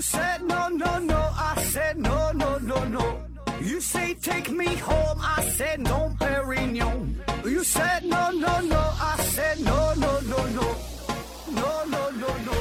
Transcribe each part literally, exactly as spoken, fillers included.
said no, no, no, I said no, no, no, no. You say take me home, I said no, Perignon. You said no, no, no, I said no, no, no, no. No, no, no, no.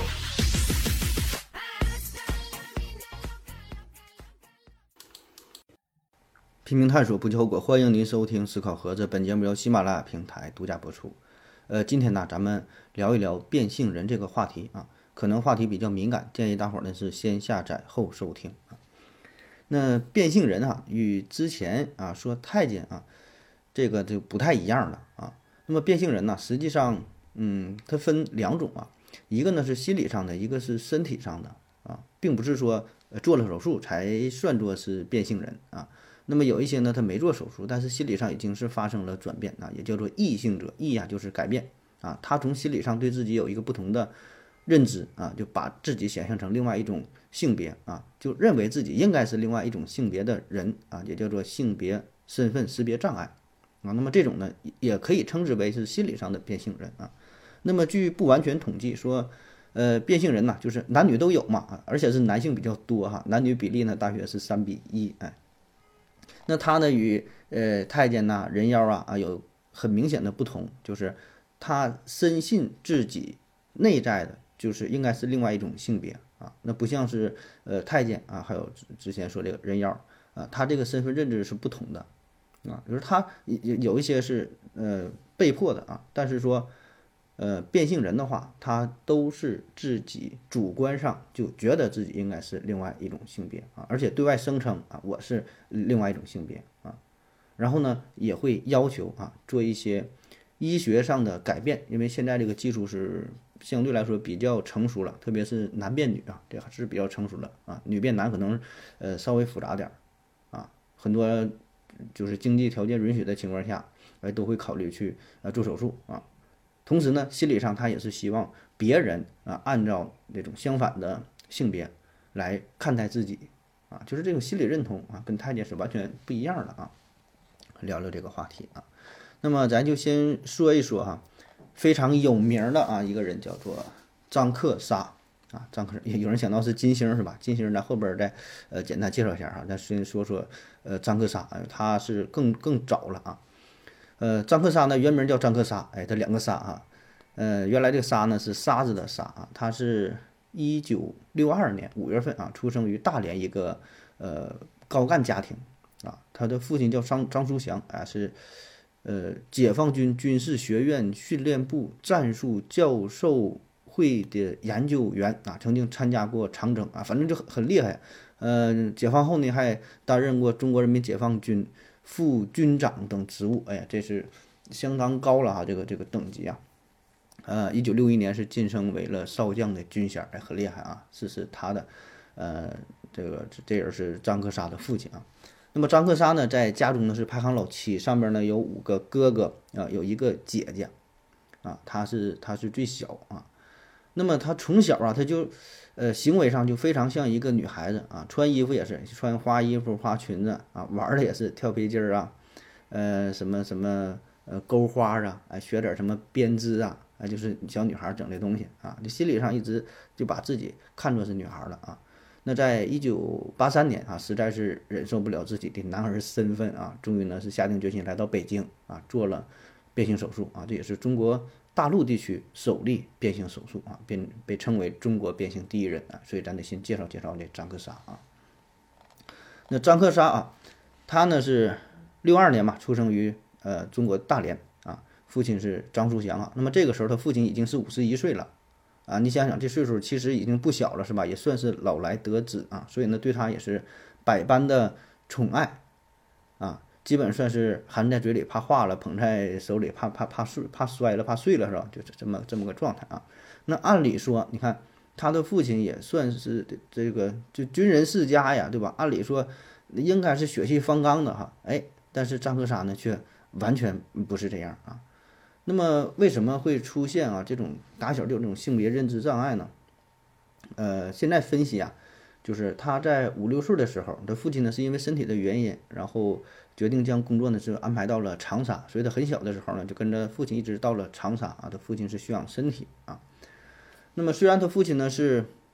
拼命探索不计后果，欢迎您收听思考盒子。本节目由喜马拉雅平台独家播出。呃，今天呢，咱们聊一聊变性人这个话题啊，可能话题比较敏感，建议大伙儿呢是先下载后收听啊。那变性人啊，与之前啊说太监啊，这个就不太一样了啊。那么变性人呢，实际上，嗯，它分两种啊，一个呢是心理上的，一个是身体上的啊，并不是说呃做了手术才算作是变性人啊。那么有一些呢，他没做手术，但是心理上已经是发生了转变啊，也叫做异性者。异呀、啊、就是改变啊，他从心理上对自己有一个不同的认知啊，就把自己想象成另外一种性别啊，就认为自己应该是另外一种性别的人啊，也叫做性别身份识别障碍啊。那么这种呢，也可以称之为是心理上的变性人啊。那么据不完全统计说，呃，变性人呐、啊，就是男女都有嘛啊，而且是男性比较多哈，男女比例呢大约是三比一，哎。那他呢与呃太监呐、人妖啊啊有很明显的不同，就是他深信自己内在的就是应该是另外一种性别啊，那不像是呃太监啊，还有之前说这个人妖啊，他这个身份认知是不同的啊，就是他有有一些是呃被迫的啊，但是说。呃，变性人的话，他都是自己主观上就觉得自己应该是另外一种性别啊，而且对外声称啊，我是另外一种性别啊，然后呢，也会要求啊做一些医学上的改变，因为现在这个技术是相对来说比较成熟了，特别是男变女啊，这还是比较成熟了啊，女变男可能呃稍微复杂点儿啊，很多就是经济条件允许的情况下，呃都会考虑去呃做手术啊。同时呢，心理上他也是希望别人啊按照这种相反的性别来看待自己啊，就是这种心理认同啊，跟太监是完全不一样的啊。聊聊这个话题啊，那么咱就先说一说哈，非常有名的啊一个人叫做张克沙啊，张克有人想到是金星是吧？金星咱后边再呃简单介绍一下哈，咱先说说呃张克沙，他是更更早了啊。呃，张克沙呢，原名叫张克沙，哎，他两个沙啊，呃，原来这个沙呢是沙子的沙啊，他是一九六二年五月份啊，出生于大连一个呃高干家庭啊，他的父亲叫张张书祥啊，是呃解放军军事学院训练部战术教授会的研究员啊，曾经参加过长征啊，反正就很很厉害，呃，解放后呢还担任过中国人民解放军副军长等职务，哎呀，这是相当高了哈，这个这个等级啊。呃，一九六一年是晋升为了少将的军衔，哎，很厉害啊。这是他的，呃，这个这人是张克沙的父亲啊。那么张克沙呢，在家中呢是排行老七，上边呢有五个哥哥啊、呃，有一个姐姐啊，他是他是最小啊。那么他从小啊，他就呃行为上就非常像一个女孩子啊，穿衣服也是穿花衣服、花裙子啊，玩的也是跳皮筋儿啊，呃什么什么呃钩花啊，哎学点什么编织啊，哎就是小女孩整这东西啊，这心理上一直就把自己看作是女孩了啊。那在一九八三年啊，实在是忍受不了自己的男儿身份啊，终于呢是下定决心来到北京啊，做了变性手术啊，这也是中国大陆地区首例变性手术啊，被被称为中国变性第一人啊，所以咱得先介绍介绍这张克沙啊。那张克沙啊，他呢是六二年嘛，出生于呃中国大连啊，父亲是张书祥啊。那么这个时候他父亲已经是五十一岁了啊，你想想这岁数其实已经不小了是吧？也算是老来得子啊，所以呢对他也是百般的宠爱啊。基本算是含在嘴里怕化了，捧在手里怕怕怕碎怕摔了怕碎了是吧？就是这么这么个状态啊。那按理说，你看他的父亲也算是这个就军人世家呀，对吧？按理说应该是血气方刚的哈，哎，但是张克沙呢却完全不是这样啊。那么为什么会出现啊这种打小就有这种性别认知障碍呢？呃，现在分析啊，就是他在五六岁的时候，他父亲呢是因为身体的原因，然后决定将工作呢是安排到了长沙，所以他很小的时候呢就跟着父亲一直到了长沙啊。他父亲是休养身体啊。那么虽然他父亲呢是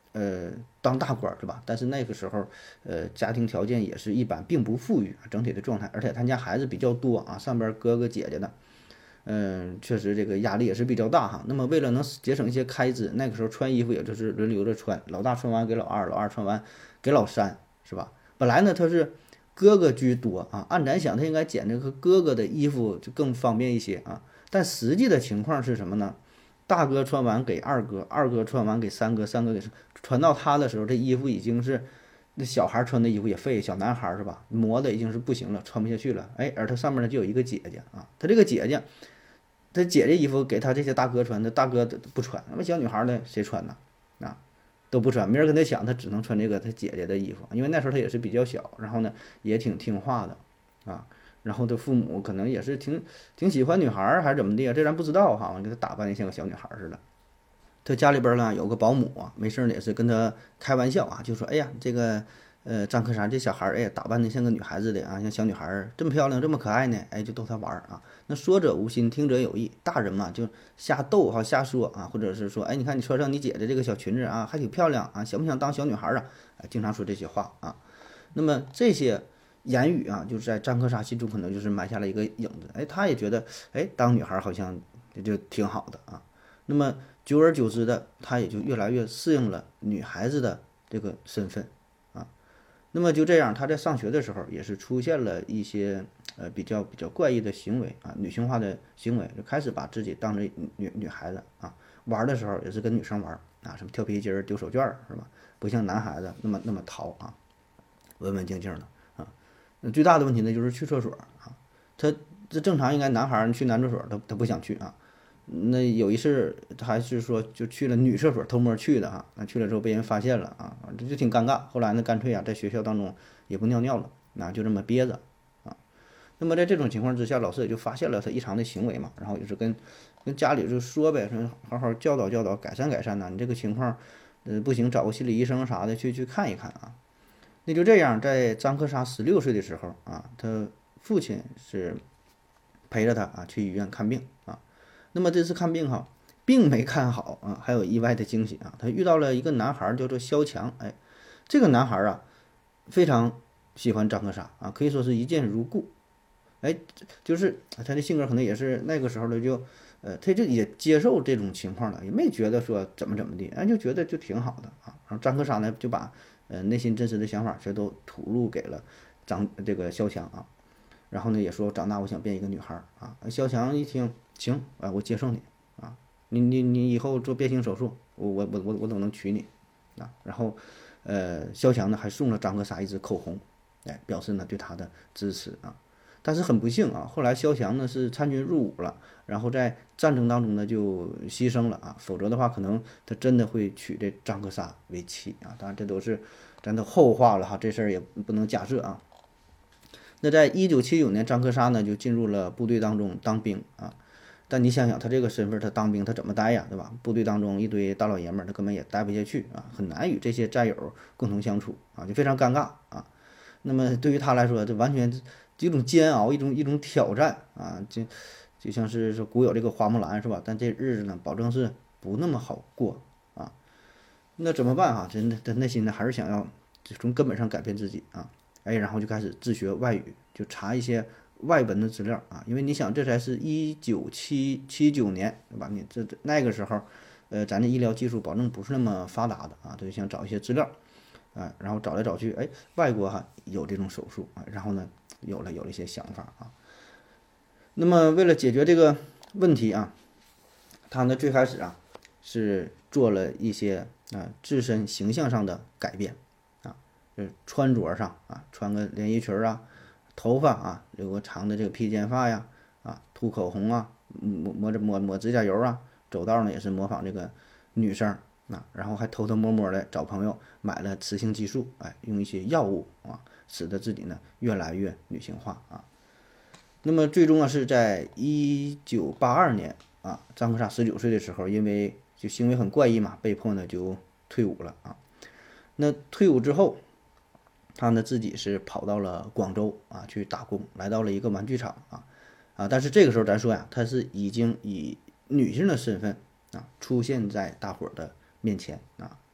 呃当大官儿是吧？但是那个时候呃家庭条件也是一般，并不富裕啊，整体的状态，而且他家孩子比较多啊，上边哥哥姐姐的。嗯，确实这个压力也是比较大哈。那么为了能节省一些开支，那个时候穿衣服也就是轮流着穿，老大穿完给老二，老二穿完给老三，是吧？本来呢他是哥哥居多啊，按咱想他应该捡这个哥哥的衣服就更方便一些啊。但实际的情况是什么呢？大哥穿完给二哥，二哥穿完给三哥，三哥给传到他的时候，这衣服已经是那小孩穿的衣服也废，小男孩是吧？磨的已经是不行了，穿不下去了。哎，而他上面呢就有一个姐姐啊，他这个姐姐。他姐姐衣服给他这些大哥穿，他大哥不穿，那么小女孩呢谁穿呢？啊，都不穿，没人跟他抢，他只能穿这个他姐姐的衣服，因为那时候他也是比较小，然后呢也挺听话的啊，然后他父母可能也是挺挺喜欢女孩还是怎么的啊，这咱不知道哈，给他打扮的像个小女孩似的。他家里边呢有个保姆啊，没事呢也是跟他开玩笑啊，就说哎呀这个。呃，张克山这小孩儿，哎，打扮的像个女孩子的啊，像小女孩儿，这么漂亮，这么可爱呢，哎，就逗她玩儿啊。那说者无心，听者有意，大人嘛就瞎逗哈，瞎说啊，或者是说，哎，你看你穿上你姐的这个小裙子啊，还挺漂亮啊，想不想当小女孩儿啊？哎，经常说这些话啊。那么这些言语啊，就是在张克沙心中可能就是埋下了一个影子，哎，他也觉得，哎，当女孩儿好像就挺好的啊。那么久而久之的，他也就越来越适应了女孩子的这个身份。那么就这样，他在上学的时候也是出现了一些呃比较比较怪异的行为啊，女性化的行为，就开始把自己当成女女孩子啊，玩的时候也是跟女生玩啊，什么跳皮筋儿、丢手绢儿是吧？不像男孩子那么那么淘啊，文文静静的啊。那最大的问题呢就是去厕所啊，他这正常应该男孩儿去男厕所他他不想去啊。那有一次，他还是说就去了女厕所偷摸去的哈，那去了之后被人发现了啊，这就挺尴尬。后来呢，干脆啊，在学校当中也不尿尿了，那就这么憋着啊。那么在这种情况之下，老师也就发现了他异常的行为嘛，然后也是跟跟家里就说呗，说好好教导教导，改善改善呐，你这个情况，呃，不行，找个心理医生啥的去去看一看啊。那就这样，在张克沙十六岁的时候啊，他父亲是陪着他啊去医院看病啊。那么这次看病哈，并没看好啊，还有意外的惊喜啊！他遇到了一个男孩，叫做萧强。哎，这个男孩啊，非常喜欢张克沙啊，可以说是一见如故。哎，就是他的性格可能也是那个时候的就，呃，他就也接受这种情况了，也没觉得说怎么怎么的，哎，就觉得就挺好的啊。然后张克沙呢，就把呃内心真实的想法全都吐露给了张这个萧强啊。然后呢，也说长大我想变一个女孩儿啊。萧强一听，行啊，我接受你啊，你你你以后做变性手术，我我我我我都能娶你啊。然后，呃，萧强呢还送了张克沙一支口红，哎，表示呢对他的支持啊。但是很不幸啊，后来萧强呢是参军入伍了，然后在战争当中呢就牺牲了啊，否则的话可能他真的会娶这张克沙为妻啊。当然这都是咱都后话了哈，这事儿也不能假设啊。那在一九七九年，张克沙呢就进入了部队当中当兵啊。但你想想，他这个身份，他当兵他怎么待呀，对吧？部队当中一堆大老爷们儿，他根本也待不下去啊，很难与这些战友共同相处啊，就非常尴尬啊。那么对于他来说，这完全是一种煎熬，一种一种挑战啊，就就像是说古有这个花木兰是吧？但这日子呢，保证是不那么好过啊。那怎么办哈？真的，他内心呢还是想要从根本上改变自己啊。哎，然后就开始自学外语，就查一些外文的资料啊，因为你想，这才是一九七七九年，对吧？你这这那个时候，呃，咱的医疗技术保证不是那么发达的啊，就想找一些资料，啊，然后找来找去，哎，外国哈有这种手术啊，然后呢，有了有了一些想法啊。那么为了解决这个问题啊，他呢最开始啊是做了一些啊自身形象上的改变。就是穿着上啊，穿个连衣裙啊，头发啊留个长的这个披肩发呀，啊涂口红啊，抹抹着抹抹指甲油啊，走道呢也是模仿这个女生啊，然后还偷偷摸摸的找朋友买了雌性激素，哎，用一些药物啊，使得自己呢越来越女性化啊。那么最终啊是在一九八二年啊，张克沙十九岁的时候，因为就行为很怪异嘛，被迫呢就退伍了啊。那退伍之后，他呢自己是跑到了广州啊去打工，来到了一个玩具厂啊啊，但是这个时候咱说呀，他是已经以女性的身份啊出现在大伙儿的面前啊，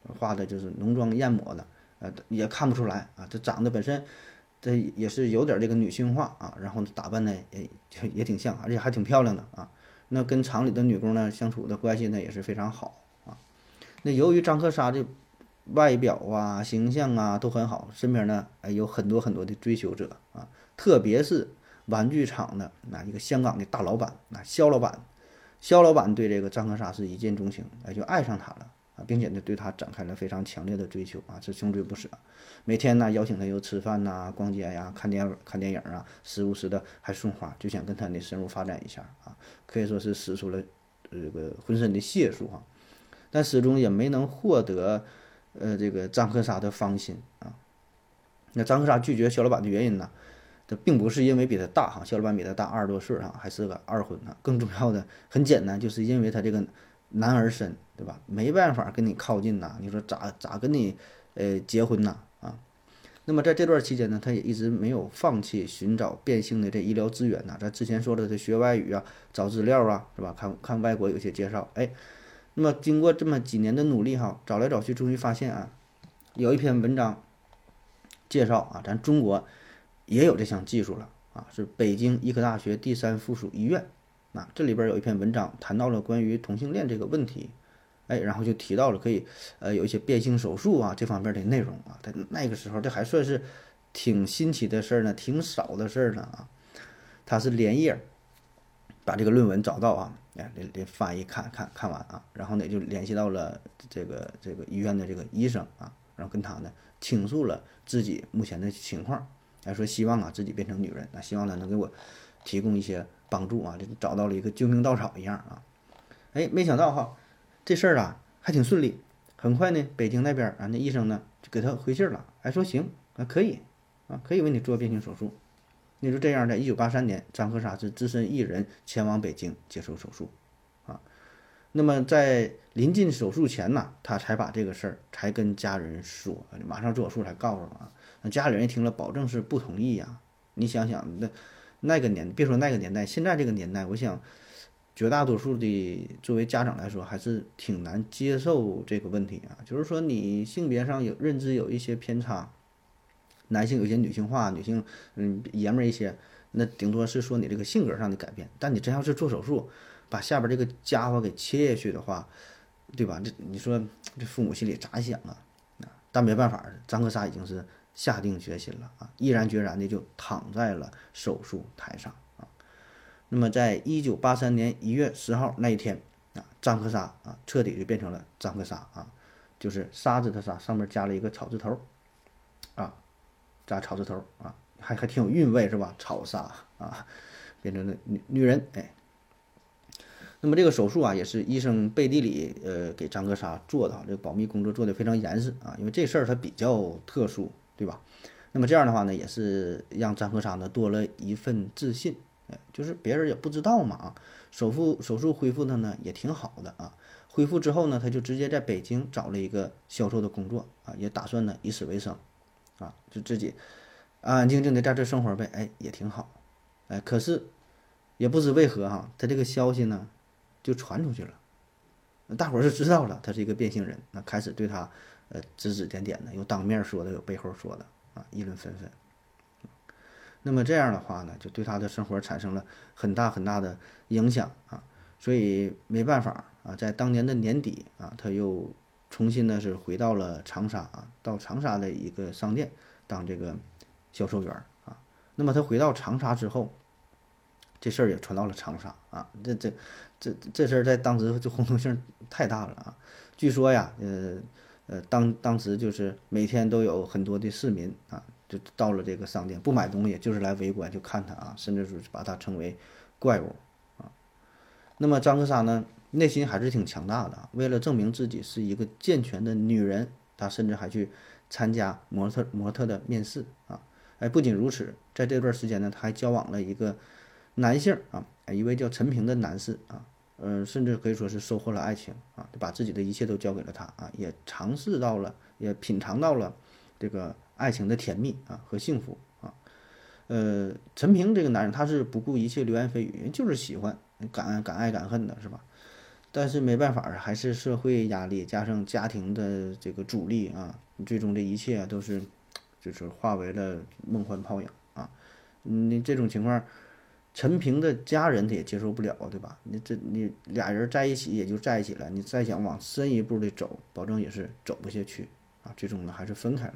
画的就是浓妆艳抹的，呃，也看不出来啊，这长得本身这也是有点这个女性化啊，然后打扮呢也也挺像，而且还挺漂亮的啊。那跟厂里的女工呢相处的关系呢也是非常好啊。那由于张克沙这外表啊、形象啊都很好，身边呢哎有很多很多的追求者啊，特别是玩具厂的那一个香港的大老板，那肖老板，肖老板对这个张克沙是一见钟情，哎就爱上他了啊，并且呢对他展开了非常强烈的追求啊，是穷追不舍。每天呢邀请他又吃饭呐、逛街呀、看电看电影啊，时不时的还送花，就想跟他呢深入发展一下啊，可以说是使出了这个浑身的解数哈、啊，但始终也没能获得呃这个张克沙的芳心啊。那张克沙拒绝肖老板的原因呢，这并不是因为比他大哈，肖老板比他大二十多岁哈，还是个二婚呢。更重要的很简单，就是因为他这个男儿身，对吧？没办法跟你靠近呐，你说咋咋跟你呃结婚呐啊？那么在这段期间呢，他也一直没有放弃寻找变性的这医疗资源呐。咱之前说的，他学外语啊，找资料啊，是吧？看看外国有些介绍，哎，那么经过这么几年的努力哈，找来找去，终于发现啊，有一篇文章介绍啊，咱中国也有这项技术了啊，是北京医科大学第三附属医院啊，这里边有一篇文章谈到了关于同性恋这个问题，哎，然后就提到了可以呃有一些变性手术啊这方面的内容啊，在那个时候这还算是挺新奇的事儿呢，挺少的事儿呢啊，他是连夜把这个论文找到啊，哎连连翻译看看看完啊，然后呢就联系到了这个这个医院的这个医生啊，然后跟他呢倾诉了自己目前的情况。还说希望啊自己变成女人，那希望呢能给我提供一些帮助啊，就找到了一个救命稻草一样啊。哎，没想到哈，这事儿啊还挺顺利，很快呢，北京那边啊那医生呢就给他回信了，还说行啊可以啊可以为你做变性手术。那就这样，在一九八三年，张克沙是只身一人前往北京接受手术啊。那么在临近手术前呢，他才把这个事儿才跟家人说，马上做手术才告诉啊。那家里人一听了，保证是不同意呀。你想想，那那个年，别说那个年代，现在这个年代，我想绝大多数的作为家长来说，还是挺难接受这个问题啊。就是说，你性别上有认知有一些偏差，男性有些女性化，女性嗯爷们儿一些，那顶多是说你这个性格上的改变。但你真要是做手术，把下边这个家伙给切下去的话，对吧？这你说这父母心里咋想啊？啊，但没办法，张克沙已经是下定决心了啊，毅然决然的就躺在了手术台上啊。那么，在一九八三年一月十号那一天啊，张克沙啊彻底就变成了张克沙啊，就是沙子的沙，上面加了一个草字头啊，加草字头啊，还还挺有韵味是吧？草沙啊，变成了女女人哎。那么这个手术啊，也是医生背地里呃给张克沙做的，这个保密工作做得非常严实啊，因为这事儿它比较特殊，对吧？那么这样的话呢，也是让张克沙呢多了一份自信，哎，就是别人也不知道嘛啊。手术手术恢复的呢也挺好的啊，恢复之后呢，他就直接在北京找了一个销售的工作啊，也打算呢以此为生啊，就自己安安静静的在这生活呗，哎，也挺好，哎，可是也不知为何哈，他这个消息呢就传出去了，大伙儿就知道了他是一个变性人，那开始对他呃指指点点的，有当面说的，有背后说的啊，议论纷纷。那么这样的话呢，就对他的生活产生了很大很大的影响啊，所以没办法啊，在当年的年底啊，他又重新呢是回到了长沙啊，到长沙的一个商店当这个销售员啊。那么他回到长沙之后，这事儿也传到了长沙啊，这这这这事儿在当时就轰动性太大了啊！据说呀，呃呃，当当时就是每天都有很多的市民啊，就到了这个商店不买东西，就是来围观就看他啊，甚至是把他称为怪物啊。那么张克沙呢，内心还是挺强大的，为了证明自己是一个健全的女人，他甚至还去参加模特模特的面试啊。哎，不仅如此，在这段时间呢，他还交往了一个男性啊，一位叫陈平的男士啊，嗯、呃，甚至可以说是收获了爱情啊，就把自己的一切都交给了他啊，也尝试到了，也品尝到了这个爱情的甜蜜啊和幸福啊。呃，陈平这个男人他是不顾一切流言蜚语，就是喜欢敢敢爱敢恨的是吧？ 但是没办法啊，还是社会压力加上家庭的这个阻力啊，最终这一切啊都是就是化为了梦幻泡影啊。你这种情况，陈平的家人他也接受不了，对吧？你这你俩人在一起也就在一起了，你再想往深一步的走，保证也是走不下去啊。最终呢还是分开了。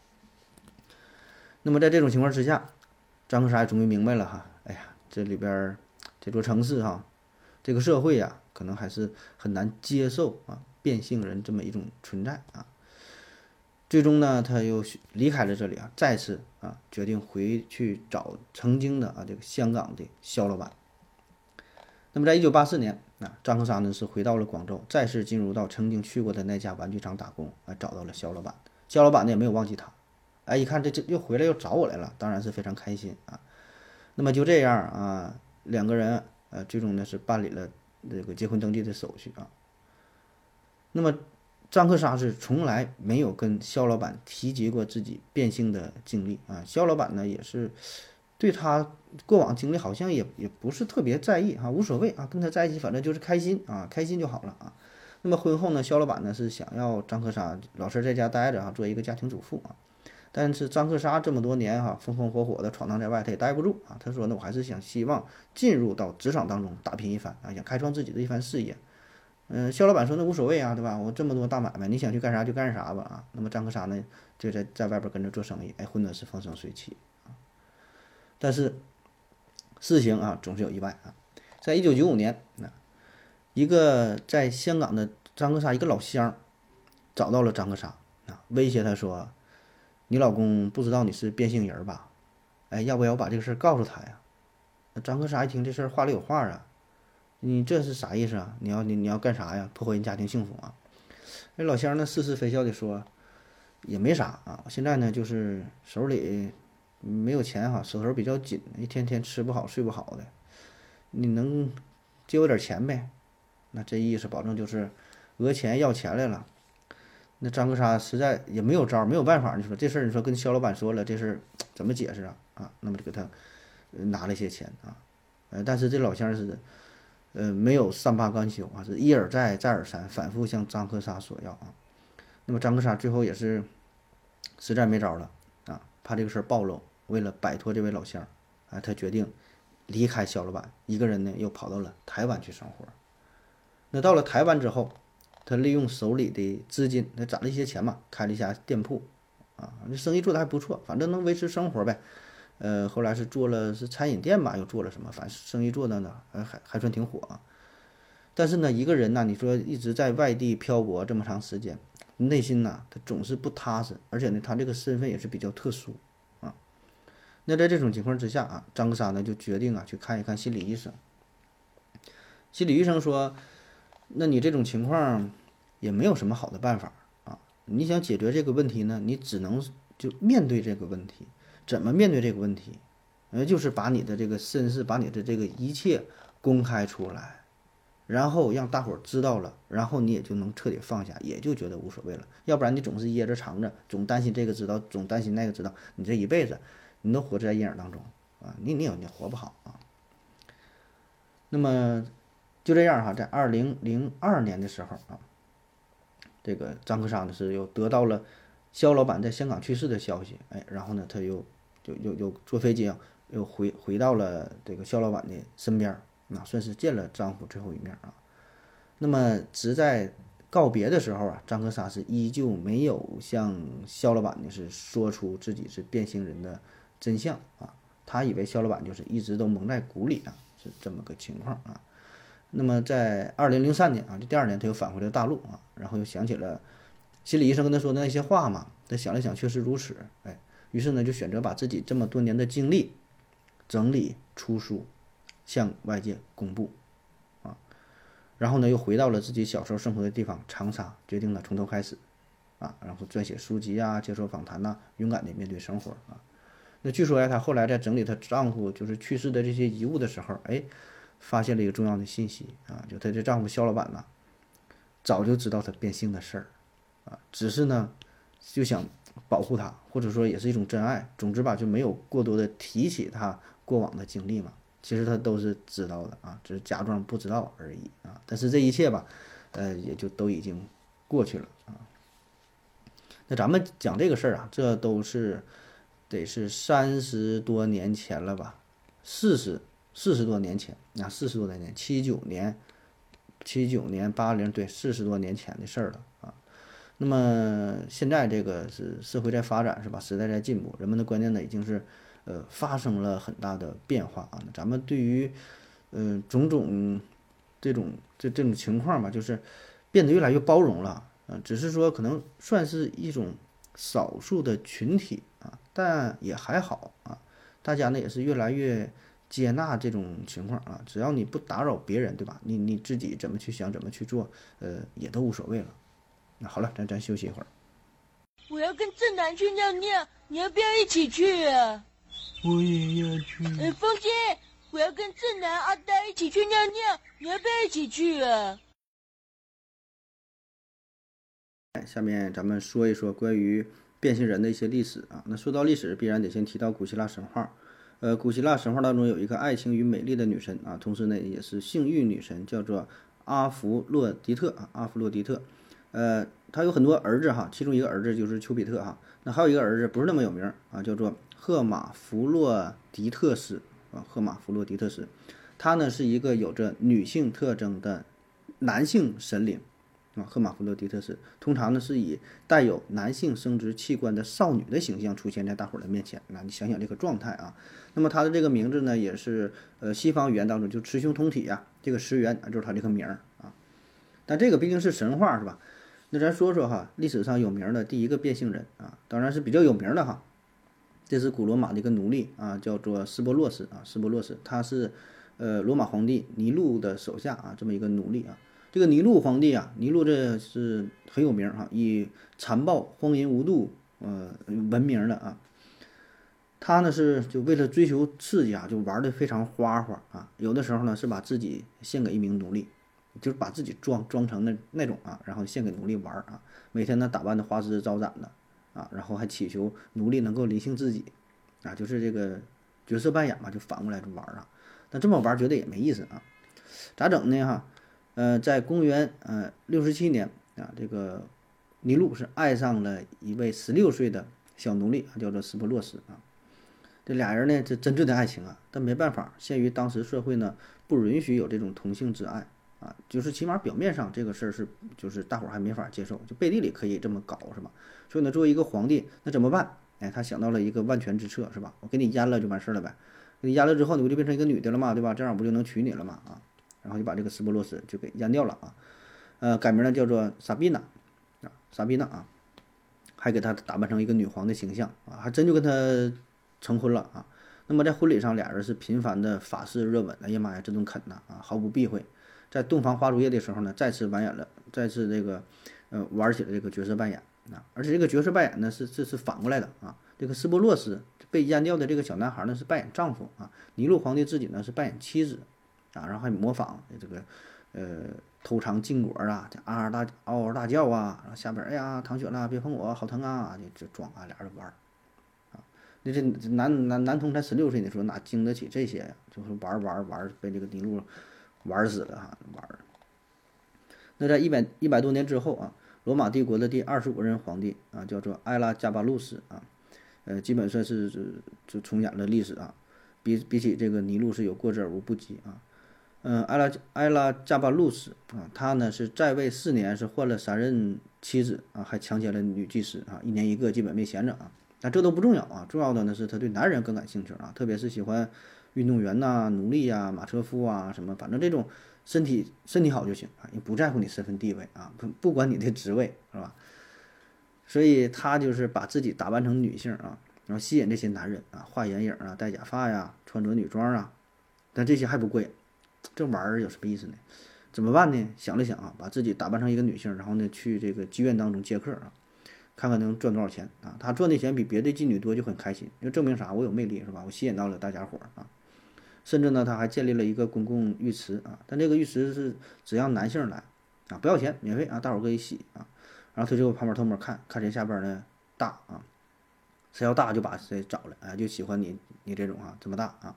那么在这种情况之下，张克沙也终于明白了哈，哎呀，这里边这座城市哈，这个社会呀、啊，可能还是很难接受啊变性人这么一种存在啊。最终呢，他又离开了这里啊，再次啊决定回去找曾经的啊这个香港的肖老板。那么在一九八四年啊，张克沙呢是回到了广州，再次进入到曾经去过的那家玩具厂打工，啊找到了肖老板。肖老板呢也没有忘记他，哎，一看这这又回来又找我来了，当然是非常开心啊。那么就这样啊，两个人呃最终呢是办理了这个结婚登记的手续啊。那么张克沙是从来没有跟肖老板提及过自己变性的经历啊，肖老板呢也是对他过往经历好像也也不是特别在意啊，无所谓啊，跟他在一起反正就是开心啊，开心就好了啊。那么婚后呢，肖老板呢是想要张克沙老实在家待着啊，做一个家庭主妇啊。但是张克沙这么多年哈、啊，风风火火的闯荡在外，他也待不住啊。他说呢，我还是想希望进入到职场当中打拼一番啊，想开创自己的一番事业。嗯，肖老板说那无所谓啊，对吧？我这么多大买卖，你想去干啥就干啥吧啊。那么张克沙呢，就在在外边跟着做生意，哎，混的是风生水起啊。但是事情啊总是有意外啊。在一九九五年，那一个在香港的张克沙一个老乡找到了张克沙啊，威胁他说：“你老公不知道你是变性人吧？哎，要不要把这个事儿告诉他呀？”那张克沙一听这事儿话里有话啊。你这是啥意思啊？你要你你要干啥呀？破坏人家庭幸福啊？那老乡呢似是非笑的说，也没啥啊。现在呢就是手里没有钱哈，手头比较紧，一天天吃不好睡不好的，你能借我点钱呗？那这意思保证就是讹钱要钱来了。那张克沙实在也没有招没有办法，你说这事儿你说跟肖老板说了，这事儿怎么解释啊？啊，那么就给他拿了些钱啊，呃，但是这老乡是。呃，没有善罢甘休啊，是一而再，再而三，反复向张克沙索要啊。那么张克沙最后也是实在没招了啊，怕这个事儿暴露，为了摆脱这位老乡啊，他决定离开肖老板，一个人呢又跑到了台湾去生活。那到了台湾之后，他利用手里的资金，他攒了一些钱嘛，开了一家店铺啊，这生意做得还不错，反正能维持生活呗。呃，后来是做了是餐饮店吧，又做了什么，反正生意做的呢，还还还算挺火啊。但是呢，一个人呢，你说一直在外地漂泊这么长时间，内心呐，他总是不踏实，而且呢，他这个身份也是比较特殊啊。那在这种情况之下啊，张克沙呢就决定啊去看一看心理医生。心理医生说，那你这种情况也没有什么好的办法啊，你想解决这个问题呢，你只能就面对这个问题。怎么面对这个问题？呃，就是把你的这个身世，把你的这个一切公开出来，然后让大伙儿知道了，然后你也就能彻底放下，也就觉得无所谓了。要不然你总是掖着藏着，总担心这个知道，总担心那个知道，你这一辈子你都活在阴影当中啊，你你也你活不好啊。那么就这样哈，在二零零二年的时候啊，这个张克沙呢是又得到了肖老板在香港去世的消息，哎，然后呢他又。就又又坐飞机啊，又回回到了这个肖老板的身边，那算是见了丈夫最后一面啊。那么只在告别的时候啊，张克沙是依旧没有向肖老板呢是说出自己是变性人的真相啊。他以为肖老板就是一直都蒙在鼓里啊，是这么个情况啊。那么在二零零三年啊，就第二年他又返回了大陆啊，然后又想起了心理医生跟他说的那些话嘛，他想了想，确实如此，哎。于是呢，就选择把自己这么多年的经历整理出书，向外界公布，啊，然后呢，又回到了自己小时候生活的地方长沙，决定了从头开始，啊，然后撰写书籍啊，接受访谈呐、啊，勇敢地面对生活啊。那据说呀，她后来在整理她丈夫就是去世的这些遗物的时候，哎，发现了一个重要的信息啊，就她这丈夫肖老板呐，早就知道她变性的事儿，啊，只是呢，就想。保护他，或者说也是一种真爱。总之吧，就没有过多的提起他过往的经历嘛。 其实他都是知道的啊，只是假装不知道而已啊。但是这一切吧，呃，也就都已经过去了啊。那咱们讲这个事儿啊，这都是得是三十多年前了吧，四十四十多年前啊，四十多年前，七九年、七九年、八零，对，四十多年前的事儿了啊。那么现在这个是社会在发展是吧？时代在进步，人们的观念呢已经是呃发生了很大的变化啊。咱们对于嗯、呃种种这种这这种情况吧，就是变得越来越包容了。嗯、呃，只是说可能算是一种少数的群体啊，但也还好啊。大家呢也是越来越接纳这种情况啊，只要你不打扰别人，对吧？你你自己怎么去想，怎么去做，呃，也都无所谓了。那好了，咱咱休息一会儿。 我要跟正南去尿尿，你要不要一起去啊？ 我也要去。 呃，风姐，我要跟正南、阿呆一起去尿尿，你要不要一起去啊？ 下面咱们说一说关于变性人的一些历史啊。那说到历史，必然得先提到古希腊神话。呃，古希腊神话当中有一个爱情与美丽的女神啊，同时呢也是性欲女神，叫做阿弗洛狄特啊，阿弗洛狄特。呃，她有很多儿子哈，其中一个儿子就是丘比特哈，那还有一个儿子不是那么有名啊，叫做赫马弗洛狄特斯啊，赫马弗洛狄特斯，他呢是一个有着女性特征的男性神灵。啊，赫马弗洛狄特斯通常呢是以带有男性生殖器官的少女的形象出现在大伙儿的面前。那你想想这个状态啊，那么他的这个名字呢，也是呃西方语言当中就雌雄同体呀、啊，这个石原啊就是他这个名儿啊。但这个毕竟是神话是吧？那咱说说哈，历史上有名的第一个变性人啊，当然是比较有名的哈。这是古罗马的一个奴隶啊，叫做斯波洛斯啊，斯波洛斯他是呃罗马皇帝尼禄的手下啊，这么一个奴隶啊。这个尼禄皇帝啊，尼禄这是很有名哈，以残暴、荒淫无度呃闻名的啊。他呢是就为了追求刺激啊，就玩的非常花花啊。有的时候呢是把自己献给一名奴隶，就是把自己装装成那那种啊，然后献给奴隶玩啊。每天呢打扮的花枝招展的啊，然后还祈求奴隶能够临幸自己啊，就是这个角色扮演嘛，就反过来就玩啊。但这么玩觉得也没意思啊，咋整呢哈？呃，在公元呃六十七年啊，这个尼禄是爱上了一位十六岁的小奴隶，叫做斯波洛斯啊。这俩人呢，这真挚的爱情啊，但没办法，限于当时社会呢，不允许有这种同性之爱啊。就是起码表面上这个事儿是，就是大伙儿还没法接受，就背地里可以这么搞是吧？所以呢，作为一个皇帝，那怎么办？哎，他想到了一个万全之策是吧？我给你阉了就完事儿了呗。给你阉了之后，你不就变成一个女的了嘛，对吧？这样我不就能娶你了嘛啊？然后就把这个斯波洛斯就给阉掉了啊，呃，改名了叫做萨宾娜啊，萨宾娜啊，还给他打扮成一个女皇的形象啊，还真就跟他成婚了啊。那么在婚礼上，俩人是频繁的法式热吻，哎呀妈呀，这顿啃呐啊，毫不避讳。在洞房花烛夜的时候呢，再次扮演了，再次这个呃玩起了这个角色扮演啊，而且这个角色扮演呢是这是反过来的啊，这个斯波洛斯被阉掉的这个小男孩呢是扮演丈夫啊，尼禄皇帝自己呢是扮演妻子。啊，然后还模仿这个，呃，偷尝禁果啊，嗷嗷大嗷嗷大叫啊，然后下边哎呀淌血了，别碰我，好疼啊，就就装啊，俩人玩儿啊。那这男男男童才十六岁，你说哪经得起这些呀？就是玩玩玩，被这个尼禄玩死了哈，玩。那在一百一百多年之后啊，罗马帝国的第二十五任皇帝啊，叫做埃拉加巴路斯啊，呃，基本算是就重演了历史啊，比比起这个尼禄是有过之而无不及啊。嗯，埃拉埃拉加巴路斯啊，他呢是在位四年，是换了三任妻子啊，还强奸了女祭司啊，一年一个，基本没闲着啊。但这都不重要啊，重要的呢是他对男人更感兴趣啊，特别是喜欢运动员呐、奴隶呀、马车夫啊什么，反正这种身体身体好就行啊，也不在乎你身份地位啊，不不管你的职位是吧？所以他就是把自己打扮成女性啊，然后吸引这些男人啊，画眼影啊，戴假发呀，穿着女装啊，但这些还不贵。这玩意儿有什么意思呢？怎么办呢？想了想啊，把自己打扮成一个女性，然后呢去这个妓院当中接客啊，看看能赚多少钱啊。他赚的钱比别的妓女多，就很开心，就证明啥？我有魅力是吧？我吸引到了大家伙儿啊。甚至呢，他还建立了一个公共浴池啊，但这个浴池是只让男性来啊，不要钱，免费啊，大伙儿可以洗啊。然后他就旁边偷摸看看谁下边呢大啊，谁要大就把谁找来，哎，就喜欢你你这种啊这么大啊。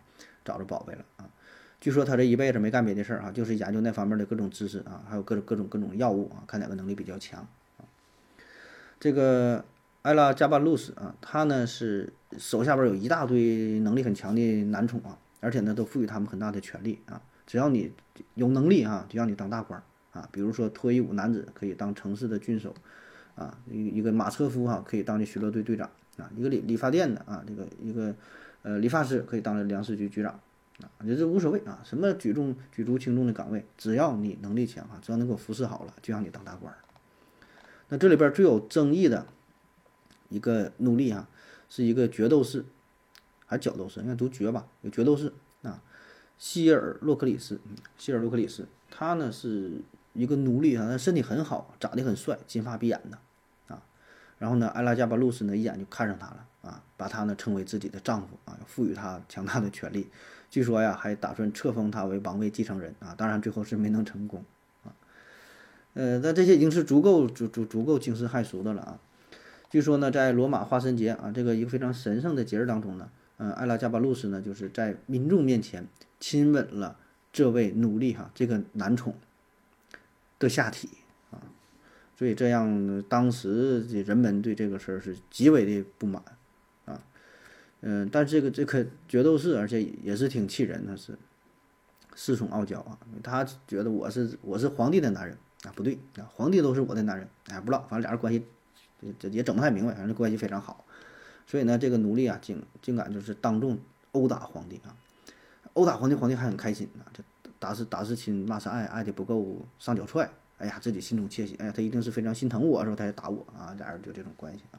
找着宝贝了啊。据说他这一辈子没干别的事儿啊，就是研究那方面的各种知识啊，还有各种各种各种药物啊，看哪个能力比较强啊。这个埃拉加巴路斯啊，他呢是手下边有一大堆能力很强的男宠啊，而且呢都赋予他们很大的权利啊，只要你有能力啊，就让你当大官啊。比如说脱衣舞男子可以当城市的军首啊，一一个马车夫哈、啊、可以当这巡逻队队长啊，一个理理发店的啊，这个一个呃理发师可以当这粮食局局长。啊，这这无所谓啊，什么举重举足轻重的岗位，只要你能力强啊，只要能给我服侍好了，就让你当大官。那这里边最有争议的一个奴隶啊，是一个角斗士，还是角斗士？应该读角吧？有角斗士啊，希尔洛克里斯，嗯，希尔洛克里斯，他呢是一个奴隶啊，他身体很好，长得很帅，金发碧眼的啊。然后呢，埃拉加巴路斯呢一眼就看上他了啊，把他呢称为自己的丈夫啊，赋予他强大的权利。据说呀，还打算册封他为王位继承人啊，当然最后是没能成功啊。呃，但这些已经是足够足足足够惊世骇俗的了啊。据说呢，在罗马化神节啊，这个一个非常神圣的节日当中呢，嗯、呃，埃拉加巴路斯呢，就是在民众面前亲吻了这位奴隶哈，这个男宠的下体啊，所以这样当时的人们对这个事儿是极为的不满。嗯，但这个这个角斗士，而且也是挺气人的，是恃宠傲娇啊。他觉得我是我是皇帝的男人啊，不对啊，皇帝都是我的男人，哎，不知道，反正俩人关系这也整不太明白，反正关系非常好。所以呢，这个奴隶啊，竟竟敢就是当众殴打皇帝啊，殴打皇帝，皇帝还很开心啊，这打是打是亲，骂是爱，爱的不够上脚踹，哎呀，自己心中窃喜，哎呀，他一定是非常心疼我，说他才打我啊，俩人就这种关系啊。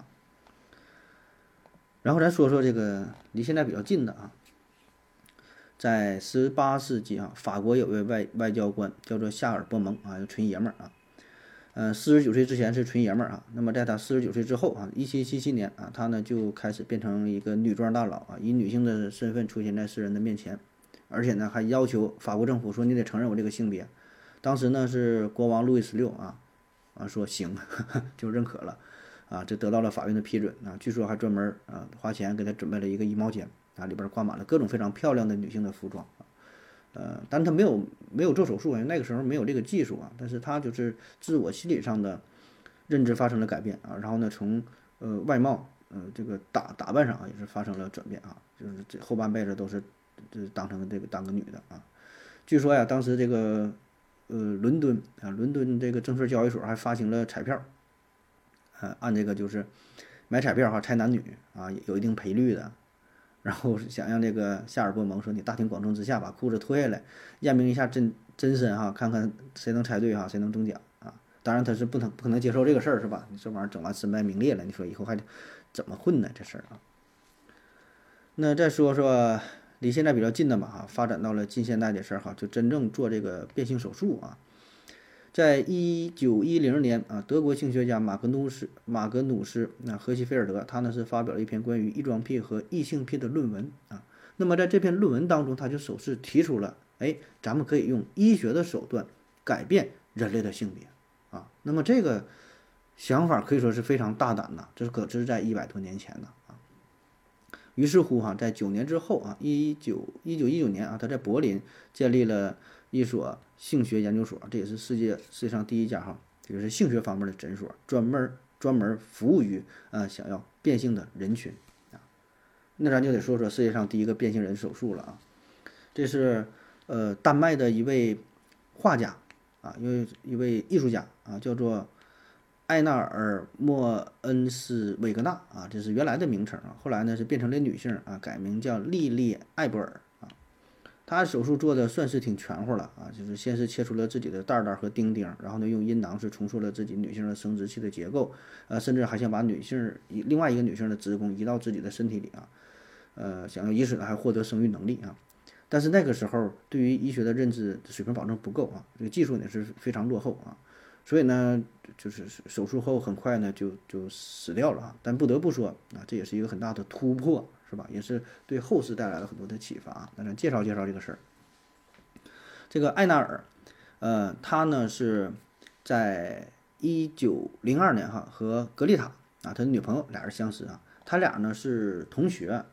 然后咱说说这个离现在比较近的啊，在十八世纪啊，法国有位外外交官叫做夏尔波蒙啊，纯爷们儿啊，呃，四十九岁之前是纯爷们儿啊，那么在他四十九岁之后啊，一七七七年啊，他呢就开始变成一个女装大佬啊，以女性的身份出现在世人的面前，而且呢还要求法国政府说你得承认我这个性别。当时呢是国王路易十六啊啊说行，呵呵就认可了。啊，这得到了法院的批准啊，据说还专门啊花钱给他准备了一个衣帽间啊，里边挂满了各种非常漂亮的女性的服装啊，呃，但是他没有没有做手术，因为那个时候没有这个技术啊，但是他就是自我心理上的认知发生了改变啊，然后呢，从呃外貌呃这个打打扮上啊也是发生了转变啊，就是这后半辈子都是就是当成这个当个女的啊，据说呀，当时这个呃伦敦啊伦敦这个证券交易所还发行了彩票。呃，按这个就是买彩票哈，猜男女啊，有一定赔率的。然后想让这个夏尔波蒙说，你大庭广众之下把裤子脱下来，验明一下真真身哈，看看谁能猜对哈，谁能中奖啊。当然他是不能不可能接受这个事儿是吧？你这玩意儿整完身败名裂了，你说以后还怎么混呢？这事儿啊。那再说说离现在比较近的吧哈，发展到了近现代的事儿哈，就真正做这个变性手术啊。在一九一零年啊，德国性学家马格努斯马格努斯那荷西菲尔德，他呢是发表了一篇关于异装癖和异性癖的论文啊。那么在这篇论文当中，他就首次提出了，哎，咱们可以用医学的手段改变人类的性别啊。那么这个想法可以说是非常大胆的，这是可这是在一百多年前的啊。于是乎哈、啊，在九年之后啊，一九一九一九年啊，他在柏林建立了一所性学研究所，这也是世界世界上第一家哈，就是性学方面的诊所，专门专门服务于呃想要变性的人群啊。那咱就得说说世界上第一个变性人手术了啊，这是呃丹麦的一位画家啊，一位一位艺术家啊，叫做艾纳尔莫恩斯韦格纳啊，这是原来的名称啊，后来呢是变成了女性啊，改名叫莉莉艾伯尔。他手术做的算是挺全乎了啊，就是先是切除了自己的蛋蛋和丁丁，然后呢用阴囊是重塑了自己女性的生殖器的结构，呃，甚至还想把女性另外一个女性的子宫移到自己的身体里啊，呃，想要以此呢还获得生育能力啊。但是那个时候对于医学的认知水平保证不够啊，这个技术呢是非常落后啊，所以呢就是手术后很快呢就就死掉了啊。但不得不说啊，这也是一个很大的突破。是吧？也是对后世带来了很多的启发。那咱介绍介绍这个事儿。这个艾纳尔，呃，他呢是在一九零二年哈和格丽塔啊，他的女朋友俩人相识啊，他俩呢是同学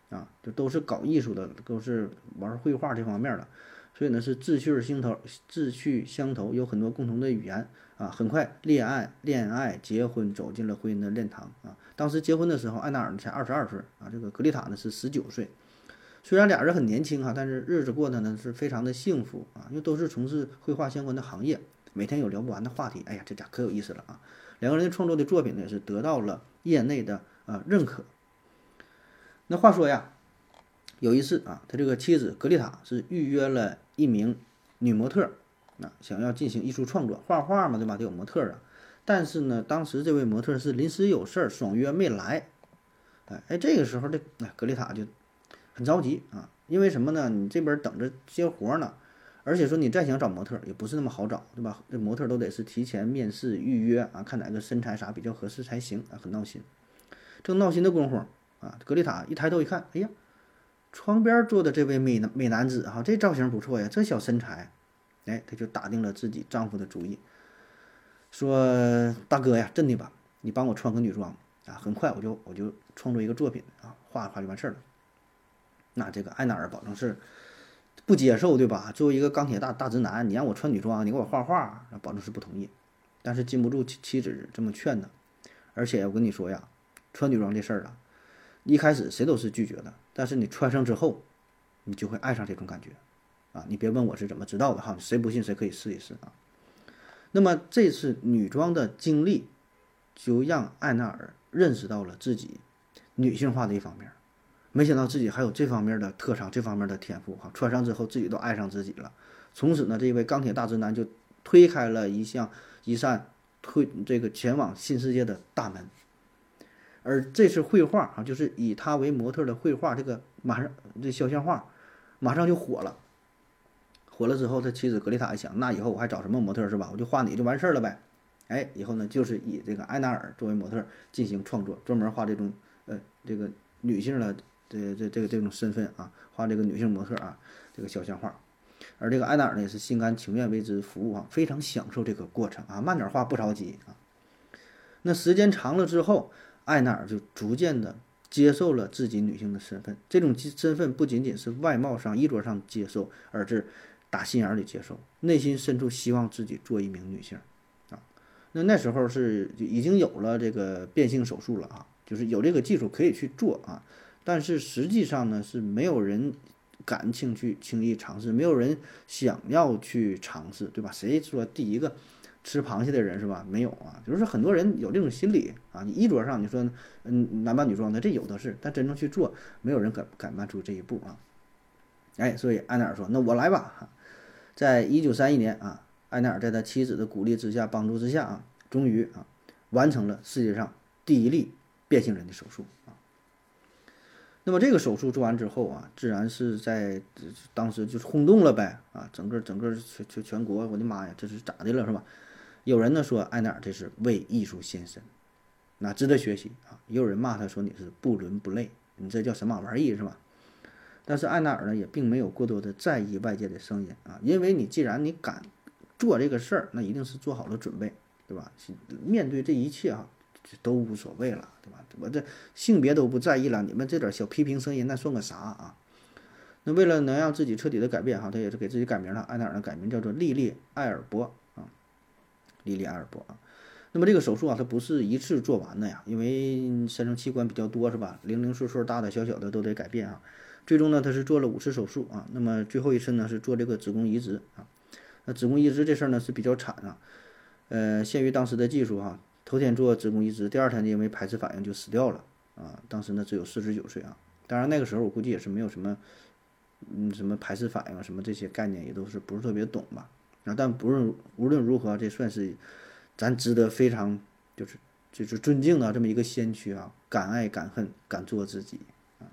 啊，就都是搞艺术的，都是玩绘画这方面的，所以呢是志趣相投，志趣相投，有很多共同的语言啊。很快恋爱、恋爱、结婚，走进了婚姻的殿堂啊。当时结婚的时候，艾纳尔才二十二岁啊，这个格丽塔呢是十九岁。虽然俩人很年轻哈，但是日子过得呢是非常的幸福啊，因为都是从事绘画相关的行业，每天有聊不完的话题。哎呀，这家可有意思了啊！两个人创作的作品呢也是得到了业内的啊认可。那话说呀，有一次啊，他这个妻子格丽塔是预约了一名女模特，啊，想要进行艺术创作，画画嘛，对吧？得有模特啊。但是呢，当时这位模特是临时有事儿，爽约没来。哎哎，这个时候这哎格丽塔就很着急啊，因为什么呢？你这边等着接活呢，而且说你再想找模特也不是那么好找，对吧？这模特都得是提前面试预约啊，看哪个身材啥比较合适才行啊，很闹心。正闹心的功夫啊，格丽塔一抬头一看，哎呀，窗边坐的这位美男美男子哈、啊，这造型不错呀，这小身材，哎，她就打定了自己丈夫的主意，说大哥呀，真的吧，你帮我穿个女装啊，很快我就我就创作一个作品啊，画一画就完事儿了。那这个艾纳尔保证是不接受，对吧？作为一个钢铁大大直男，你让我穿女装，你给我画画，那保证是不同意。但是禁不住妻妻子这么劝呢，而且我跟你说呀，穿女装这事儿啊，一开始谁都是拒绝的，但是你穿上之后，你就会爱上这种感觉啊！你别问我是怎么知道的哈，谁不信谁可以试一试啊。那么这次女装的经历，就让艾纳尔认识到了自己女性化的一方面。没想到自己还有这方面的特长，这方面的天赋哈！穿上之后自己都爱上自己了。从此呢，这位钢铁大直男就推开了一项一扇推这个前往新世界的大门。而这次绘画啊，就是以他为模特的绘画，这个马上这肖像画马上就火了。火了之后，他妻子格丽塔一想，那以后我还找什么模特是吧？我就画你就完事儿了呗。哎，以后呢就是以这个艾纳尔作为模特进行创作，专门画这种呃这个女性的。这这这个这种身份啊，画这个女性模特啊，这个肖像画，而这个艾纳尔呢也是心甘情愿为之服务啊，非常享受这个过程啊，慢点画不着急啊。那时间长了之后，艾纳尔就逐渐的接受了自己女性的身份，这种身份不仅仅是外貌上、衣着上接受，而是打心眼里接受，内心深处希望自己做一名女性啊。那那时候是已经有了这个变性手术了啊，就是有这个技术可以去做啊。但是实际上呢，是没有人敢轻去轻易尝试，没有人想要去尝试，对吧？谁说第一个吃螃蟹的人是吧？没有啊，就是很多人有这种心理啊。你衣着上你说嗯男扮女装的这有的是，但真正去做，没有人敢敢迈出这一步啊。哎，所以艾纳尔说：“那我来吧。”在一九三一年啊，艾纳尔在他妻子的鼓励之下、帮助之下啊，终于啊完成了世界上第一例变性人的手术啊。那么这个手术做完之后啊，自然是在当时就是轰动了呗啊，整个整个全全全国，我的妈呀，这是咋的了是吧？有人呢说艾纳尔这是为艺术献身，那值得学习啊。也有人骂他说你是不伦不类，你这叫什么玩意是吧？但是艾纳尔呢也并没有过多的在意外界的声音啊，因为你既然你敢做这个事儿，那一定是做好了准备，对吧？面对这一切啊，都无所谓了，对吧？我这性别都不在意了，你们这点小批评声音那算个啥啊？那为了能让自己彻底的改变哈，他也是给自己改名了，艾纳尔的改名叫做莉莉埃尔伯啊，莉莉埃尔伯啊。那么这个手术啊，它不是一次做完的呀，因为身上器官比较多是吧？零零碎碎大大小小的都得改变啊。最终呢，他是做了五次手术啊。那么最后一次呢是做这个子宫移植啊。那子宫移植这事儿呢是比较惨啊，呃，限于当时的技术哈。头天做子宫移植，第二天因为排斥反应就死掉了啊！当时呢只有四十九岁啊。当然那个时候我估计也是没有什么，嗯，什么排斥反应啊，什么这些概念也都是不是特别懂吧？啊，但不论无论如何，这算是咱值得非常就是就是尊敬的这么一个先驱啊，敢爱敢恨敢做自己啊。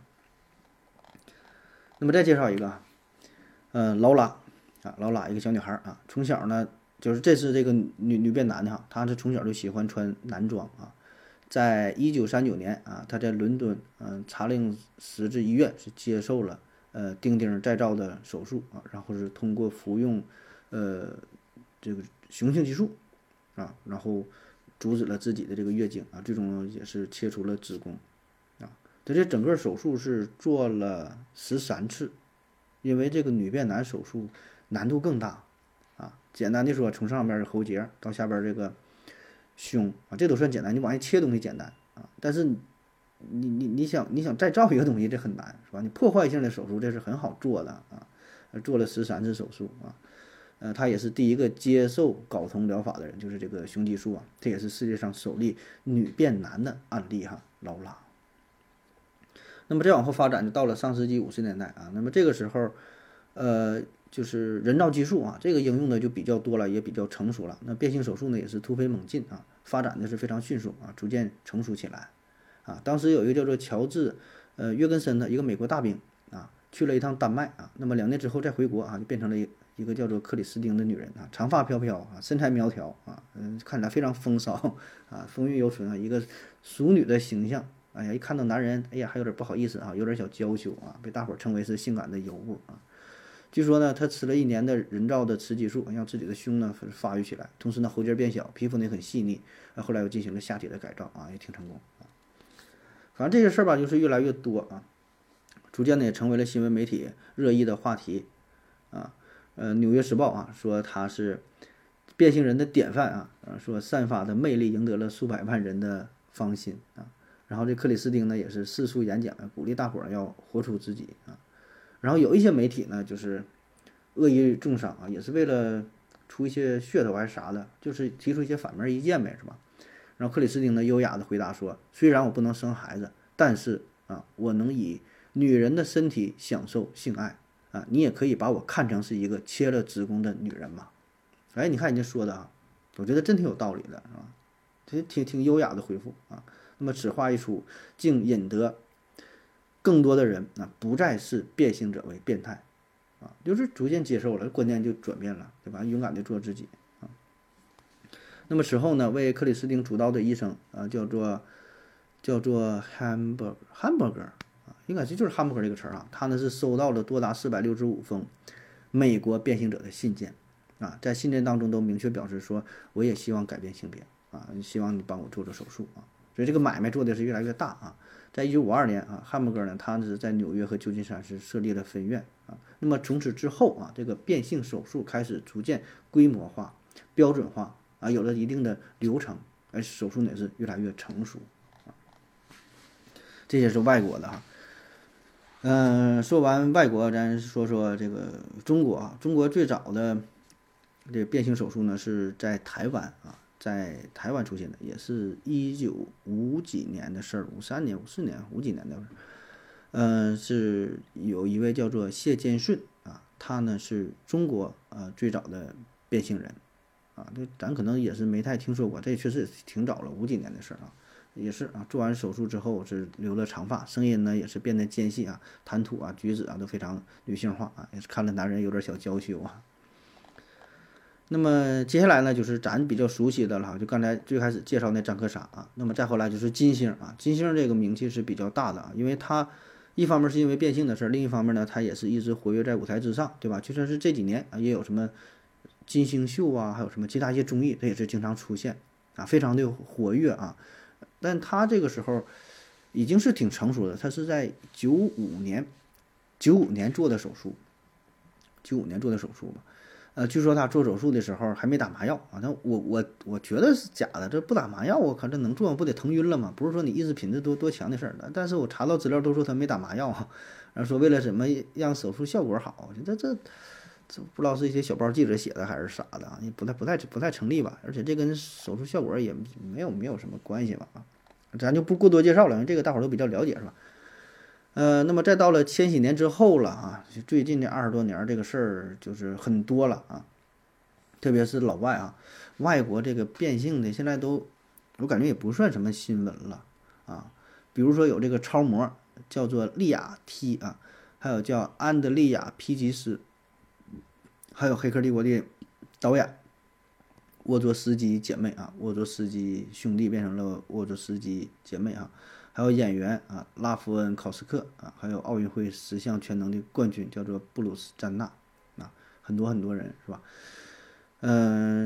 那么再介绍一个，嗯，劳拉啊，劳拉一个小女孩啊，从小呢。就是这是这个女女变男的哈，她是从小就喜欢穿男装啊。在一九三九年啊，她在伦敦嗯、呃、查令实质医院是接受了呃钉钉再造的手术啊，然后是通过服用呃这个雄性激素啊，然后阻止了自己的这个月经啊，最终也是切除了子宫啊。 他这整个手术是做了十三次，因为这个女变男手术难度更大啊。简单的说，从上边的喉结到下边这个胸啊，这都算简单，你往下切东西简单啊，但是你你你想你想再造一个东西，这很难是吧？你破坏性的手术这是很好做的啊，做了十三次手术啊。呃，他也是第一个接受睾酮疗法的人，就是这个雄激素啊，这也是世界上首例女变男的案例哈，劳拉。那么再往后发展，就到了上世纪五十年代啊，那么这个时候，呃，就是人造激素啊，这个应用的就比较多了，也比较成熟了。那变性手术呢，也是突飞猛进啊，发展的是非常迅速啊，逐渐成熟起来啊。当时有一个叫做乔治呃约根森的一个美国大兵啊，去了一趟丹麦啊，那么两年之后再回国啊，就变成了一。一个叫做克里斯汀的女人啊，长发飘飘啊，身材苗条啊，嗯，看起来非常风骚啊，风韵犹存啊，一个淑女的形象。哎呀，一看到男人，哎呀，还有点不好意思啊，有点小娇羞啊，被大伙儿称为是性感的尤物啊。据说呢，她吃了一年的人造的雌激素，让自己的胸呢发育起来，同时呢喉结变小，皮肤呢很细腻。啊，后来又进行了下体的改造啊，也挺成功啊。反正这些事儿吧，就是越来越多啊，逐渐呢也成为了新闻媒体热议的话题啊。呃，《纽约时报》啊说他是变性人的典范啊，啊说散发的魅力赢得了数百万人的芳心啊。然后这克里斯汀呢也是四处演讲，鼓励大伙儿要活出自己啊。然后有一些媒体呢就是恶意重伤啊，也是为了出一些噱头还是啥的，就是提出一些反面意见呗，是吧？然后克里斯汀呢优雅的回答说：“虽然我不能生孩子，但是啊，我能以女人的身体享受性爱。”啊，你也可以把我看成是一个切了子宫的女人嘛？哎，你看人家说的啊，我觉得真挺有道理的，是吧？这挺挺优雅的回复啊。那么此话一出，竟引得更多的人啊不再视变性者为变态啊，就是逐渐接受了，观念就转变了，对吧？勇敢的做自己啊。那么此后呢，为克里斯汀主刀的医生啊，叫做叫做 Hamburg Hamburger。应该是就是汉堡这个词儿啊，他呢是收到了多达四百六十五封美国变性者的信件啊，在信件当中都明确表示说，我也希望改变性别啊，希望你帮我做做手术啊，所以这个买卖做的是越来越大啊。在一九五二年啊，汉堡呢，他是在纽约和旧金山是设立了分院啊。那么从此之后啊，这个变性手术开始逐渐规模化、标准化啊，有了一定的流程，而手术呢也是越来越成熟啊。这些是外国的哈。嗯，说完外国，咱说说这个中国啊。中国最早的这个变性手术呢，是在台湾啊，在台湾出现的，也是一九五几年的事儿，五三年、五四年、五几年的事儿。嗯，是有一位叫做谢坚顺啊，他呢是中国呃最早的变性人啊，这咱可能也是没太听说过，这确实挺早了，五几年的事儿啊。也是啊，做完手术之后是留了长发，声音呢也是变得尖细啊，谈吐啊、举止啊都非常女性化啊，也是看了男人有点小娇羞啊。那么接下来呢，就是咱比较熟悉的了，就刚才最开始介绍那张克沙啊，那么再后来就是金星啊，金星这个名气是比较大的啊，因为他一方面是因为变性的事儿，另一方面呢，他也是一直活跃在舞台之上，对吧？就算是这几年啊，也有什么金星秀啊，还有什么其他一些综艺，它也是经常出现啊，非常的活跃啊。但他这个时候已经是挺成熟的，他是在九五年，九五年做的手术，九五年做的手术吧。呃，据说他做手术的时候还没打麻药啊，那我我我觉得是假的，这不打麻药，我靠，这能做吗？不得疼晕了吗？不是说你意志品质多多强的事儿的。但是我查到资料都说他没打麻药啊，然后说为了什么让手术效果好，我觉得这这不知道是一些小报记者写的还是啥的啊，也不太不太不太成立吧，而且这跟手术效果也没有没有什么关系吧啊。咱就不过多介绍了，因为这个大伙儿都比较了解，是吧？呃，那么再到了千禧年之后了啊，最近这二十多年这个事儿就是很多了啊，特别是老外啊，外国这个变性的现在都，我感觉也不算什么新闻了啊。比如说有这个超模叫做利亚 T 啊，还有叫安德利亚皮吉斯，还有《黑客帝国》的导演沃卓斯基姐妹啊，沃卓斯基兄弟变成了沃卓斯基姐妹啊，还有演员啊拉夫恩考斯克啊，还有奥运会十项全能的冠军叫做布鲁斯詹纳啊，很多很多人是吧？嗯，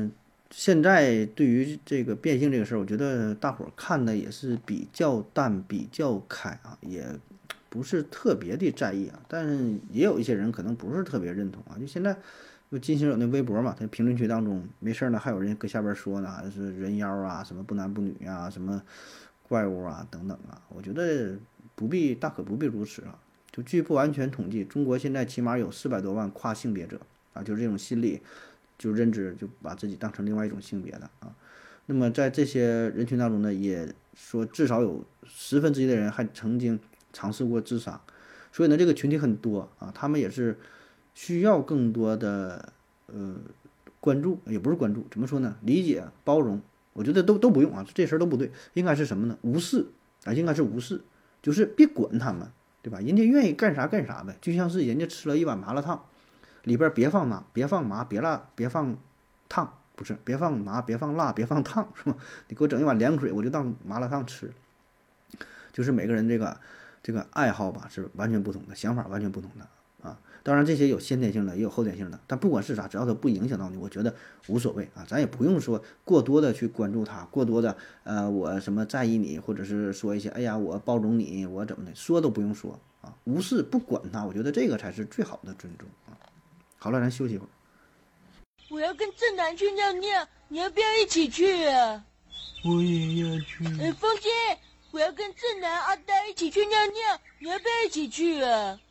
现在对于这个变性这个事儿，我觉得大伙儿看的也是比较淡、比较开啊，也不是特别的在意啊。但是也有一些人可能不是特别认同啊。就现在，就金星有那微博嘛，他评论区当中没事儿呢，还有人搁下边说呢，是人妖啊，什么不男不女啊，什么怪物啊等等啊。我觉得不必，大可不必如此啊。就据不完全统计，中国现在起码有四百多万跨性别者啊，就是这种心理。就认知就把自己当成另外一种性别的啊，那么在这些人群当中呢，也说至少有十分之一的人还曾经尝试过自杀，所以呢，这个群体很多啊，他们也是需要更多的呃关注，也不是关注，怎么说呢？理解、包容，我觉得都都不用啊，这事儿都不对，应该是什么呢？无视啊，应该是无视，就是别管他们，对吧？人家愿意干啥干啥呗，就像是人家吃了一碗麻辣烫。里边别放麻，别放麻，别辣，别放烫，不是，别放麻，别放辣，别放烫，是吧？你给我整一碗凉水，我就当麻辣烫吃。就是每个人这个这个爱好吧，是完全不同的，想法完全不同的啊。当然这些有先天性的，也有后天性的，但不管是啥，只要它不影响到你，我觉得无所谓啊。咱也不用说过多的去关注它，过多的呃，我什么在意你，或者是说一些哎呀，我包容你，我怎么的，说都不用说啊，无视不管它，我觉得这个才是最好的尊重啊。好了，咱休息一会儿。 我要跟正南去尿尿，你要不要一起去啊？ 我也要去。 呃，风姐，我要跟正南、阿呆一起去尿尿，你要不要一起去啊？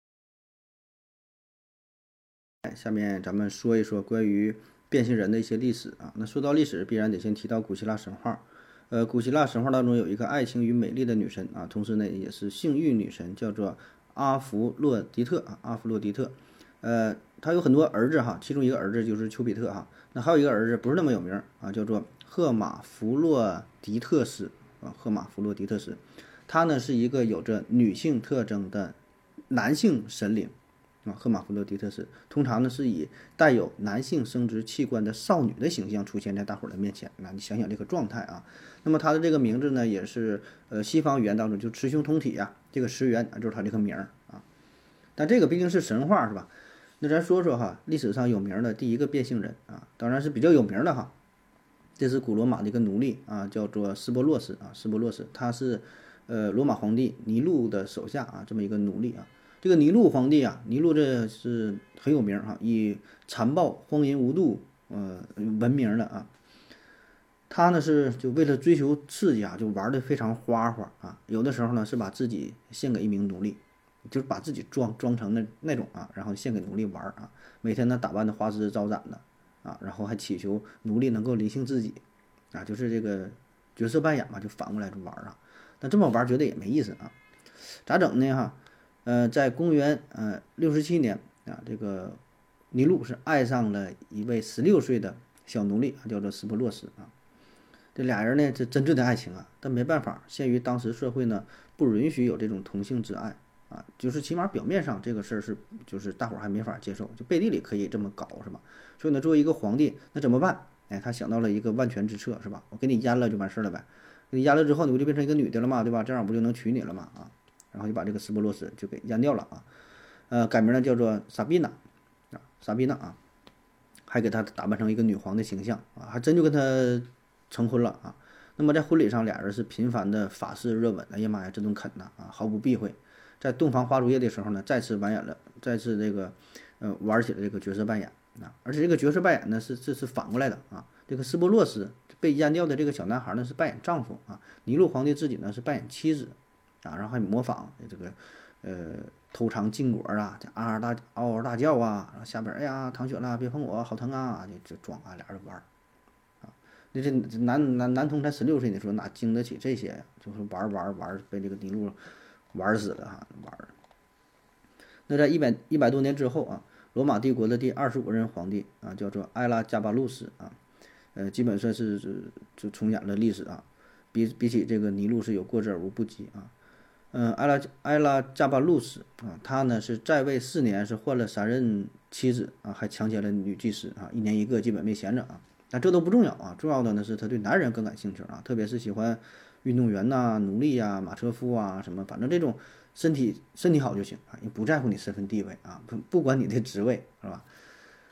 下面咱们说一说关于变性人的一些历史啊。那说到历史，必然得先提到古希腊神话。呃，古希腊神话当中有一个爱情与美丽的女神啊，同时呢也是性欲女神，叫做阿弗洛狄特啊，阿弗洛狄特。呃，他有很多儿子哈，其中一个儿子就是丘比特哈，那还有一个儿子不是那么有名啊，叫做赫马弗洛狄特斯啊，赫马弗洛狄特斯，他呢是一个有着女性特征的男性神灵啊，赫马弗洛狄特斯通常呢是以带有男性生殖器官的少女的形象出现在大伙儿的面前，那你想想这个状态啊，那么他的这个名字呢也是呃西方语言当中就雌雄同体呀、啊，这个词源就是他这个名儿啊，但这个毕竟是神话是吧？那咱说说哈，历史上有名的第一个变性人啊，当然是比较有名的哈。这是古罗马的一个奴隶啊，叫做斯波洛斯啊，斯波洛斯，他是呃罗马皇帝尼禄的手下啊，这么一个奴隶啊。这个尼禄皇帝啊，尼禄这是很有名哈，以残暴、荒淫无度呃闻名的啊。他呢是就为了追求刺激啊，就玩的非常花花啊，有的时候呢是把自己献给一名奴隶。就是把自己装装成那那种啊，然后献给奴隶玩啊，每天呢打扮的花枝招展的啊，然后还祈求奴隶能够临幸自己啊，就是这个角色扮演嘛，就反过来就玩啊。但这么玩觉得也没意思啊，咋整呢哈？呃，在公元呃六十七年啊，这个尼禄是爱上了一位十六岁的小奴隶，叫做斯波洛斯啊。这俩人呢，这真挚的爱情啊，但没办法，限于当时社会呢，不允许有这种同性之爱。啊，就是起码表面上这个事儿是，就是大伙儿还没法接受，就背地里可以这么搞，是吧？所以呢，作为一个皇帝，那怎么办？哎，他想到了一个万全之策，是吧？我给你阉了就完事儿了呗，给你阉了之后，你不就变成一个女的了嘛，对吧？这样我不就能娶你了嘛？啊，然后就把这个斯波洛斯就给阉掉了啊，呃，改名了叫做萨宾娜啊，萨宾娜啊，还给他打扮成一个女皇的形象啊，还真就跟他成婚了啊。那么在婚礼上，俩人是频繁的法式热吻，哎呀妈呀，这顿啃呐啊，毫不避讳。在洞房花烛夜的时候呢，再次扮演了，再次这个，呃，玩起了这个角色扮演啊，而且这个角色扮演呢是这是反过来的啊，这个斯波洛斯被阉掉的这个小男孩呢是扮演丈夫啊，尼禄皇帝自己呢是扮演妻子啊，然后还模仿这个，呃，偷尝禁果啊，嗷嗷大嗷嗷大叫啊，然后下边哎呀淌血了，别碰我，好疼啊，就就装啊，俩人玩儿啊，那这男男男童才十六岁，你说哪经得起这些呀？就是玩玩玩被这个尼禄玩死了哈，玩儿。那在一百一百多年之后啊，罗马帝国的第二十五任皇帝啊，叫做埃拉加巴路斯啊，呃，基本算是就重演了历史啊，比比起这个尼禄是有过之而无不及啊。嗯，埃拉埃拉加巴路斯啊，他呢是在位四年，是换了三任妻子啊，还强奸了女祭司啊，一年一个，基本没闲着啊。但这都不重要啊，重要的呢是他对男人更感兴趣啊，特别是喜欢运动员呐、啊、奴隶呀、啊、马车夫啊什么，反正这种身体身体好就行啊，也不在乎你身份地位啊，不不管你的职位是吧？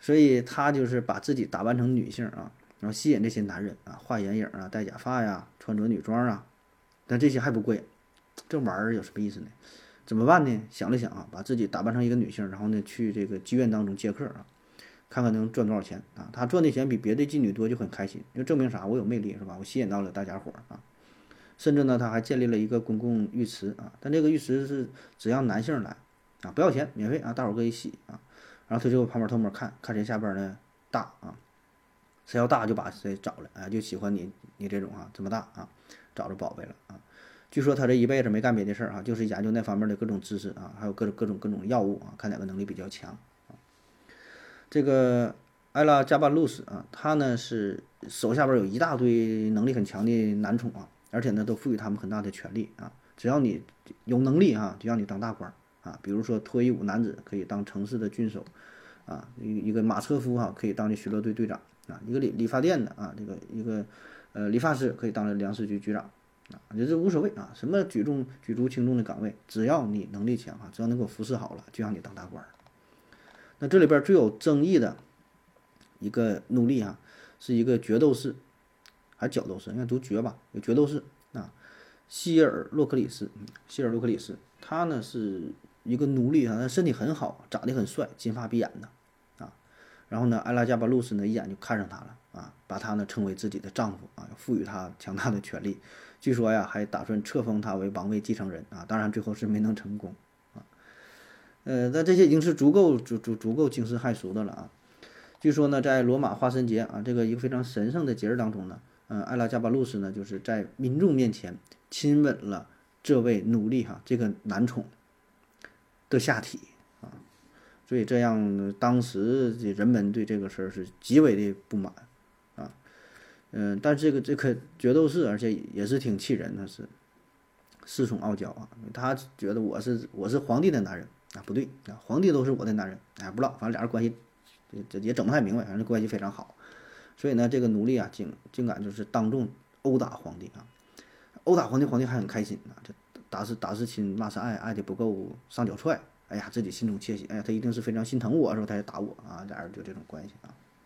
所以他就是把自己打扮成女性啊，然后吸引这些男人啊，画眼影啊，戴假发呀，穿着女装啊，但这些还不过瘾，这玩意儿有什么意思呢？怎么办呢？想了想啊，把自己打扮成一个女性，然后呢去这个妓院当中接客啊，看看能赚多少钱啊。他赚的钱比别的妓女多，就很开心，就证明啥？我有魅力是吧？我吸引到了大家伙儿啊。甚至呢，他还建立了一个公共浴池啊，但这个浴池是只让男性来啊，不要钱，免费啊，大伙儿可以洗啊。然后他就旁边偷摸看看谁下边呢大啊，谁要大就把谁找来，哎，就喜欢你你这种啊这么大啊，找着宝贝了啊。据说他这一辈子没干别的事儿啊，就是研究那方面的各种知识啊，还有各种各种各种药物啊，看哪个能力比较强啊。这个埃拉加巴路斯啊，他呢是手下边有一大堆能力很强的男宠啊，而且呢都赋予他们很大的权利啊，只要你有能力啊，就让你当大官啊。比如说脱衣舞男子可以当城市的郡守啊，一一个马车夫哈、啊、可以当这巡逻队队长啊，一个理理发店的啊，这个一个呃理发师可以当这粮食局局长。啊，这无所谓啊，什么举重举足轻重的岗位，只要你能力强啊，只要能给我服侍好了，就让你当大官。那这里边最有争议的一个奴隶啊，是一个角斗士，还角斗士，应该读角吧，有角斗士啊，希尔洛克里斯，希尔洛克里斯，他呢是一个奴隶啊，他身体很好，长得很帅，金发碧眼的啊。然后呢，埃拉加巴路斯呢一眼就看上他了啊，把他呢称为自己的丈夫啊，赋予他强大的权利。据说呀，还打算册封他为王位继承人啊，当然最后是没能成功啊。呃，但这些已经是足够足足足够惊世骇俗的了啊。据说呢，在罗马花神节啊，这个一个非常神圣的节日当中呢，嗯、呃，埃拉加巴路斯呢，就是在民众面前亲吻了这位奴隶哈，这个男宠的下体啊，所以这样当时的人们对这个事儿是极为的不满。嗯，但这个这个角斗士，而且也是挺气人，他是恃宠傲娇啊，他觉得我是我是皇帝的男人啊，不对啊，皇帝都是我的男人，哎，不知道，反正俩人关系这也整不太明白，反正关系非常好，所以呢，这个奴隶啊，竟竟敢就是当众殴打皇帝啊，殴打皇帝，皇帝还很开心啊，这打是打是亲，骂是爱，爱的不够上脚踹，哎呀，自己心中窃喜，哎呀，他一定是非常心疼我，说他才打我啊，俩人就这种关系啊。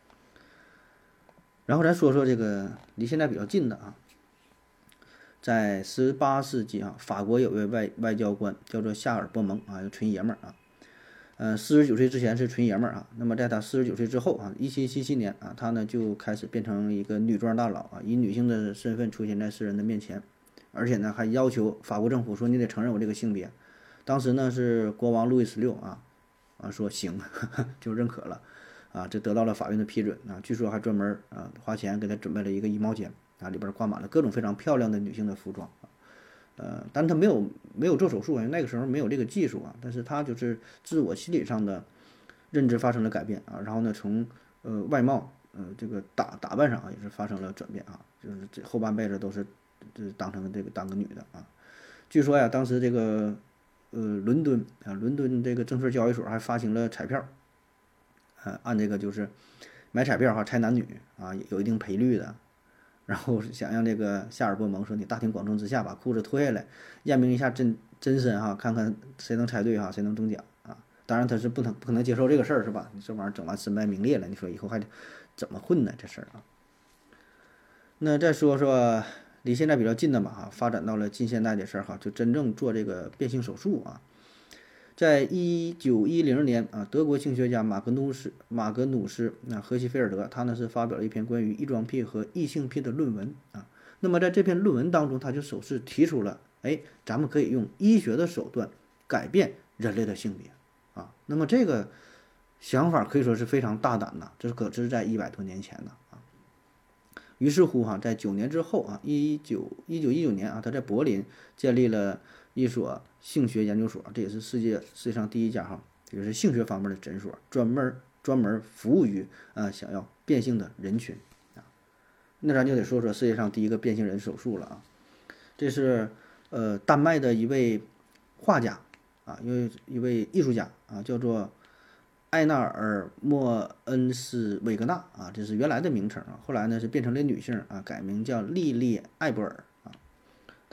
然后咱说说这个离现在比较近的啊，在十八世纪啊，法国有位外外交官叫做夏尔波蒙啊，纯爷们儿啊，呃，四十九岁之前是纯爷们儿啊，那么在他四十九岁之后啊，一七七七年啊，他呢就开始变成一个女装大佬啊，以女性的身份出现在世人的面前，而且呢还要求法国政府说你得承认我这个性别。当时呢是国王路易十六啊啊说行，呵呵就认可了。啊，这得到了法院的批准啊，据说还专门啊花钱给他准备了一个衣帽间啊，里边挂满了各种非常漂亮的女性的服装啊，呃，但是他没有没有做手术啊，因为那个时候没有这个技术啊，但是他就是自我心理上的认知发生了改变啊，然后呢，从呃外貌呃这个打打扮上啊也是发生了转变啊，就是这后半辈子都是就是当成这个当个女的啊，据说呀，当时这个呃伦敦啊伦敦这个证券交易所还发行了彩票。呃，按这个就是买彩票哈，猜男女啊，有一定赔率的。然后想让这个夏尔波蒙说，你大庭广众之下把裤子脱下来，验明一下真真身哈，看看谁能猜对哈，谁能中奖啊。当然他是不能不可能接受这个事儿是吧？你这玩意儿整完身败名裂了，你说以后还怎么混呢？这事儿啊。那再说说离现在比较近的吧哈，发展到了近现代的事儿哈，就真正做这个变性手术啊。在一九一零年啊，德国性学家马格努斯马格努斯那荷西菲尔德，他呢是发表了一篇关于异装癖和异性癖的论文啊。那么在这篇论文当中，他就首次提出了，哎，咱们可以用医学的手段改变人类的性别啊。那么这个想法可以说是非常大胆的，这可是在一百多年前的啊。于是乎哈、啊，在九年之后啊，一九一九一九年啊，他在柏林建立了一所性学研究所，这也是世界世界上第一家哈，也是性学方面的诊所，专门专门服务于啊想要变性的人群啊。那咱就得说说世界上第一个变性人手术了啊，这是呃丹麦的一位画家啊，一位一位艺术家啊，叫做艾纳尔莫恩斯韦格纳啊，这是原来的名称啊，后来呢是变成了女性啊，改名叫莉莉艾伯尔啊。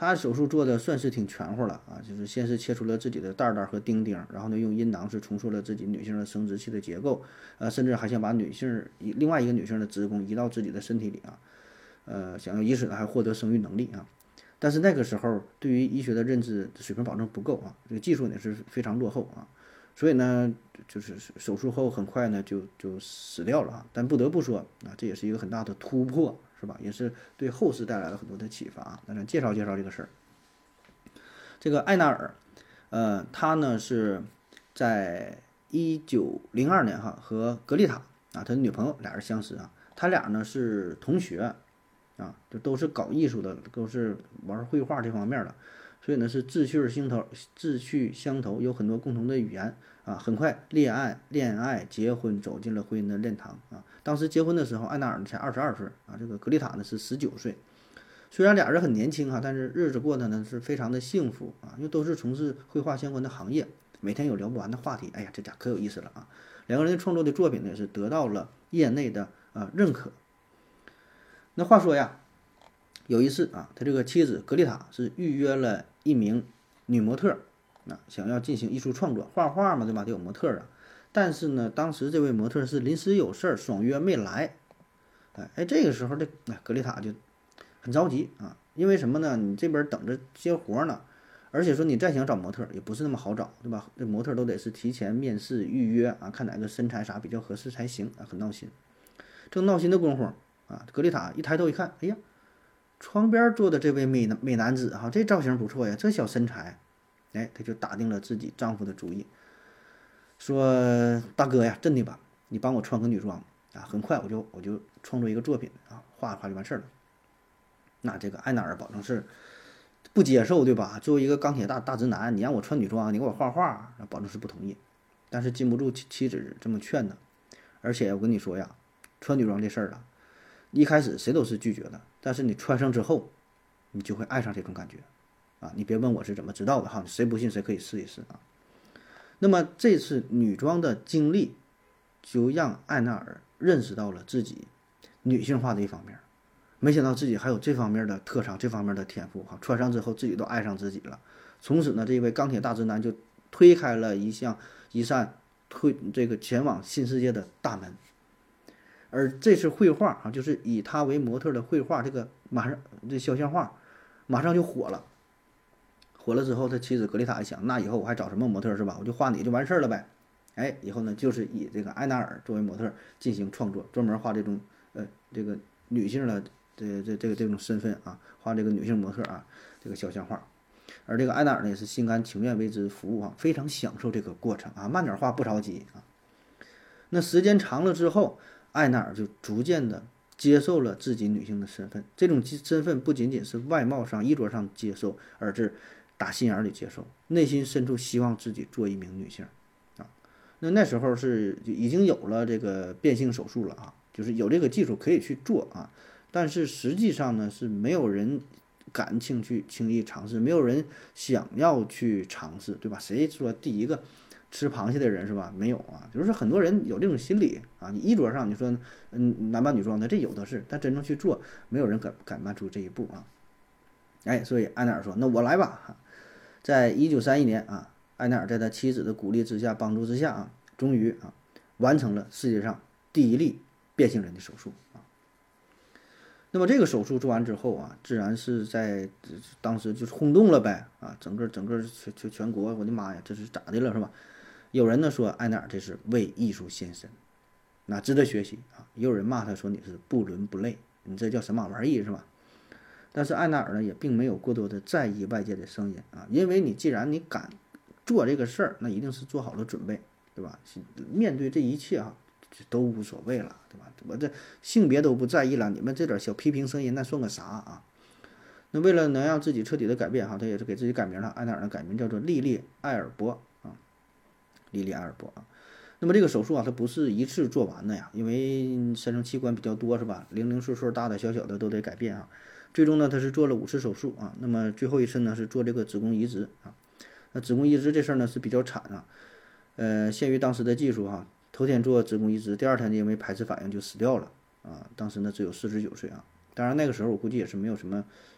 他手术做的算是挺全乎了啊，就是先是切除了自己的蛋蛋和丁丁，然后呢用阴囊是重塑了自己女性的生殖器的结构，呃，甚至还想把女性另外一个女性的子宫移到自己的身体里啊，呃，想要以此呢还获得生育能力啊。但是那个时候对于医学的认知水平保证不够啊，这个技术呢是非常落后啊，所以呢就是手术后很快呢就就死掉了啊。但不得不说啊，这也是一个很大的突破。是吧？也是对后世带来了很多的启发。那咱介绍介绍这个事儿。这个艾纳尔，呃，他呢是在一九零二年哈和格丽塔啊，他的女朋友俩人相识啊，他俩呢是同学啊，就都是搞艺术的，都是玩绘画这方面的，所以呢是志趣相投，志趣相投，有很多共同的语言啊。很快恋爱、恋爱、结婚，走进了婚姻的殿堂啊。当时结婚的时候，艾纳尔才二十二岁啊，这个格丽塔呢是十九岁。虽然俩人很年轻哈，但是日子过得呢是非常的幸福啊，因为都是从事绘画相关的行业，每天有聊不完的话题。哎呀，这家可有意思了啊！两个人创作的作品呢也是得到了业内的啊认可。那话说呀，有一次啊，他这个妻子格丽塔是预约了一名女模特啊，想要进行艺术创作，画画嘛，对吧？得有模特啊。但是呢，当时这位模特是临时有事儿，爽约没来。哎哎，这个时候这哎格丽塔就很着急啊，因为什么呢？你这边等着接活呢，而且说你再想找模特也不是那么好找，对吧？这模特都得是提前面试预约啊，看哪个身材啥比较合适才行啊，很闹心。正闹心的功夫啊，格丽塔一抬头一看，哎呀，床边坐的这位美美男子哈、啊，这造型不错呀，这小身材，哎，他就打定了自己丈夫的主意。说大哥呀，真的吧，你帮我穿个女装啊，很快我就我就创作一个作品啊，画画就完事儿了。那这个艾纳尔保证是不接受，对吧？作为一个钢铁大大直男，你让我穿女装，你给我画画，保证是不同意。但是禁不住妻妻子这么劝呢，而且我跟你说呀，穿女装这事儿啊，一开始谁都是拒绝的，但是你穿上之后，你就会爱上这种感觉啊！你别问我是怎么知道的哈，谁不信谁可以试一试啊。那么这次女装的经历，就让艾纳尔认识到了自己女性化的一方面，没想到自己还有这方面的特长，这方面的天赋哈！穿上之后自己都爱上自己了。从此呢，这位钢铁大直男就推开了一项一扇推这个前往新世界的大门。而这次绘画啊，就是以他为模特的绘画，这个马上这肖像画马上就火了。火了之后，他妻子格丽塔一想，那以后我还找什么模特是吧？我就画你就完事儿了呗。哎，以后呢就是以这个艾纳尔作为模特进行创作，专门画这种呃这个女性的这这这个这种身份啊，画这个女性模特啊这个肖像画。而这个艾纳尔呢也是心甘情愿为之服务啊，非常享受这个过程啊，慢点画不着急啊。那时间长了之后，艾纳尔就逐渐的接受了自己女性的身份，这种身份不仅仅是外貌上衣着上接受，而是打心眼里接受，内心深处希望自己做一名女性啊。那那时候是已经有了这个变性手术了啊，就是有这个技术可以去做啊，但是实际上呢是没有人敢轻去轻易尝试，没有人想要去尝试，对吧？谁说第一个吃螃蟹的人是吧？没有啊，就是很多人有这种心理啊。你衣着上你说嗯男扮女装的这有的是，但真正去做，没有人敢敢迈出这一步啊。哎，所以艾纳尔说：“那我来吧。”在一九三一年啊，艾纳尔在他妻子的鼓励之下、帮助之下啊，终于啊完成了世界上第一例变性人的手术啊。那么这个手术做完之后啊，自然是在当时就轰动了呗啊，整个整个全全全国，我的妈呀，这是咋的了是吧？有人呢说艾纳尔这是为艺术献身，那值得学习啊。也有人骂他说你是不伦不类，你这叫什么玩意是吧？但是艾纳尔呢也并没有过多的在意外界的声音啊，因为你既然你敢做这个事儿，那一定是做好了准备，对吧？面对这一切啊，都无所谓了，对吧？我这性别都不在意了，你们这点小批评声音那算个啥啊？那为了能让自己彻底的改变哈，他也是给自己改名了，艾纳尔的改名叫做莉莉埃尔伯啊，莉莉埃尔伯啊。那么这个手术啊，它不是一次做完的呀，因为身上器官比较多是吧？零零碎碎大大小小的都得改变啊。最终呢，他是做了五次手术啊。那么最后一次呢，是做这个子宫移植啊。那子宫移植这事儿呢是比较惨啊。呃，限于当时的技术哈、啊，头天做子宫移植，第二天因为排斥反应就死掉了啊。当时呢只有四十九岁啊。当然那个时候我估计也是没有什么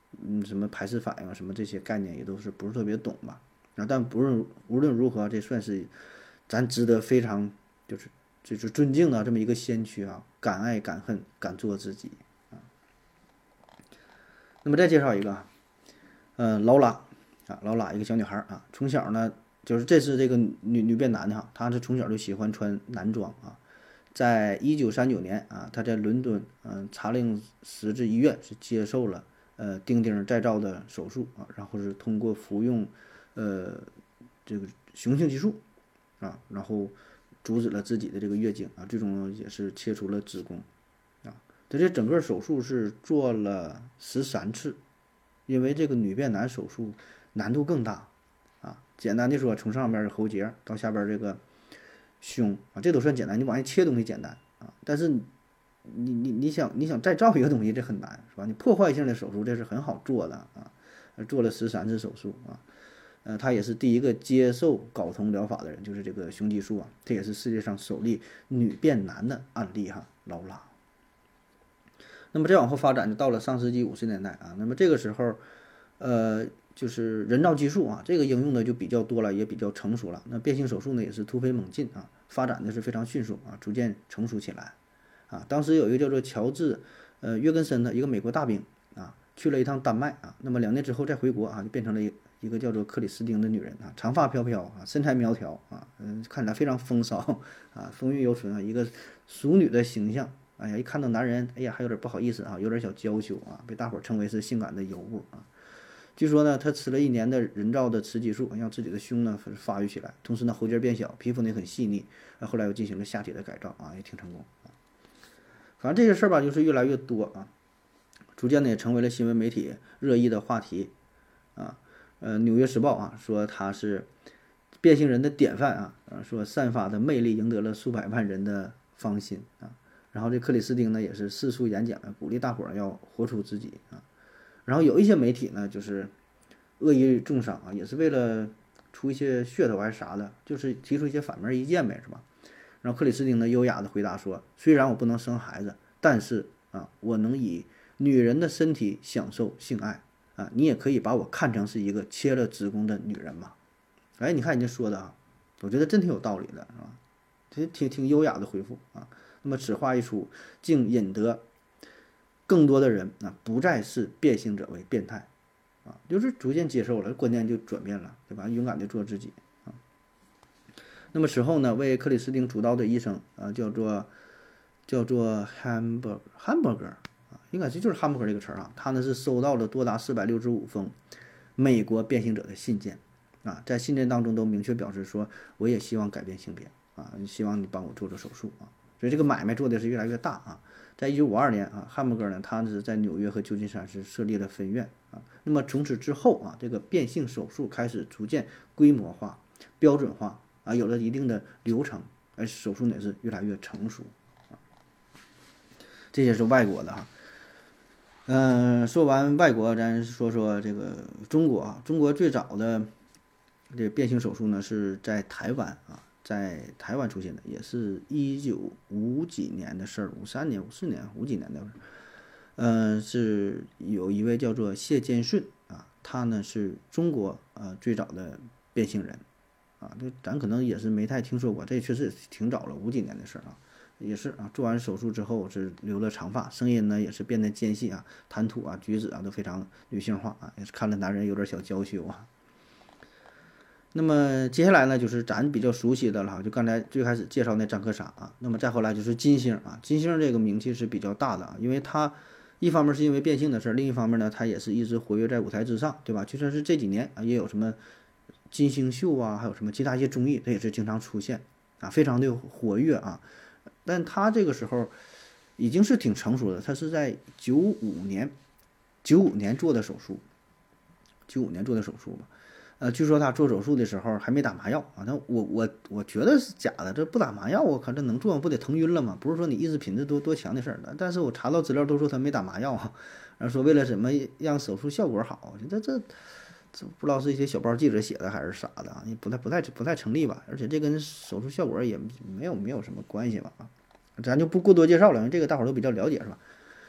嗯，什么排斥反应啊，什么这些概念也都是不是特别懂吧。啊，但不是无论如何，这算是咱值得非常就是就是尊敬的这么一个先驱啊，敢爱敢恨，敢做自己啊。那么再介绍一个，嗯，劳拉啊，劳拉一个小女孩啊，从小呢就是这是这个女女变男的哈，她是从小就喜欢穿男装啊。在一九三九年啊，她在伦敦嗯查令实质医院是接受了呃钉钉再造的手术啊，然后是通过服用呃这个雄性激素啊，然后阻止了自己的这个月经啊，最终也是切除了子宫啊。他这整个手术是做了十三次，因为这个女变男手术难度更大啊。简单的说，从上边喉结到下边这个胸啊，这都算简单，你往下切东西简单啊，但是你你你想你想再造一个东西，这很难是吧？你破坏性的手术这是很好做的啊，做了十三次手术啊。呃，他也是第一个接受睾酮疗法的人，就是这个雄激素啊，这也是世界上首例女变男的案例哈，劳拉。那么再往后发展，就到了上世纪五十年代啊，那么这个时候，呃，就是人造激素啊，这个应用的就比较多了，也比较成熟了。那变性手术呢，也是突飞猛进啊，发展的是非常迅速啊，逐渐成熟起来啊。当时有一个叫做乔治呃约根森的一个美国大兵啊，去了一趟丹麦啊，那么两年之后再回国啊，就变成了一。一个叫做克里斯汀的女人啊，长发飘飘啊，身材苗条啊，嗯，看起来非常风骚啊，风韵犹存啊，一个淑女的形象。哎呀，一看到男人，哎呀，还有点不好意思啊，有点小娇羞啊，被大伙儿称为是性感的尤物啊。据说呢，她吃了一年的人造的雌激素，让自己的胸呢发育起来，同时呢喉结变小，皮肤呢很细腻。啊，后来又进行了下体的改造啊，也挺成功啊。反正这些事儿吧，就是越来越多啊，逐渐呢也成为了新闻媒体热议的话题啊。呃，《纽约时报》啊说他是变性人的典范啊，啊说散发的魅力赢得了数百万人的芳心啊。然后这克里斯汀呢也是四处演讲，鼓励大伙儿要活出自己啊。然后有一些媒体呢就是恶意重伤啊，也是为了出一些噱头还是啥的，就是提出一些反面意见呗，是吧？然后克里斯汀呢优雅的回答说：“虽然我不能生孩子，但是啊，我能以女人的身体享受性爱。”啊，你也可以把我看成是一个切了子宫的女人嘛？哎，你看人家说的啊，我觉得真挺有道理的，是吧？挺挺挺优雅的回复啊。那么此话一出，竟引得更多的人啊不再是变性者为变态啊，就是逐渐接受了，观念就转变了，对吧？勇敢的做自己啊。那么此后呢，为克里斯汀主刀的医生啊，叫做叫做 Hamburg Hamburger。应该这就是汉堡这个词儿啊，他呢是收到了多达四百六十五封美国变性者的信件啊，在信件当中都明确表示说，我也希望改变性别啊，希望你帮我做做手术啊，所以这个买卖做的是越来越大啊。在一九五二年啊，汉堡呢，他是在纽约和旧金山是设立了分院啊。那么从此之后啊，这个变性手术开始逐渐规模化、标准化啊，有了一定的流程，而手术呢也是越来越成熟啊。这些是外国的哈。嗯、呃，说完外国，咱说说这个中国啊。中国最早的这个变性手术呢，是在台湾啊，在台湾出现的，也是一九五几年的事儿，五三年、五四年、五几年的事儿。嗯、呃，是有一位叫做谢建顺啊，他呢是中国呃最早的变性人啊，这咱可能也是没太听说过，这确实挺早了，五几年的事儿啊。也是啊，做完手术之后是留了长发，声音呢也是变得尖细啊，谈吐啊、举止啊都非常女性化啊，也是看了男人有点小娇羞啊。那么接下来呢，就是咱比较熟悉的了，就刚才最开始介绍那张克沙啊，那么再后来就是金星啊，金星这个名气是比较大的啊，因为他一方面是因为变性的事儿，另一方面呢，他也是一直活跃在舞台之上，对吧？就算是这几年啊，也有什么金星秀啊，还有什么其他一些综艺，他也是经常出现啊，非常的活跃啊。但他这个时候已经是挺成熟的，他是在九五年，九五年做的手术，九五年做的手术吧。呃，据说他做手术的时候还没打麻药啊。那我我我觉得是假的，这不打麻药，我靠，这能做不得疼晕了吗？不是说你意志品质多多强的事儿的。但是我查到资料都说他没打麻药啊，然后说为了什么让手术效果好，这这这不知道是一些小报记者写的还是啥的啊，也不太不太不太成立吧。而且这跟手术效果也没有没有什么关系吧啊。咱就不过多介绍了，因为这个大伙儿都比较了解，是吧？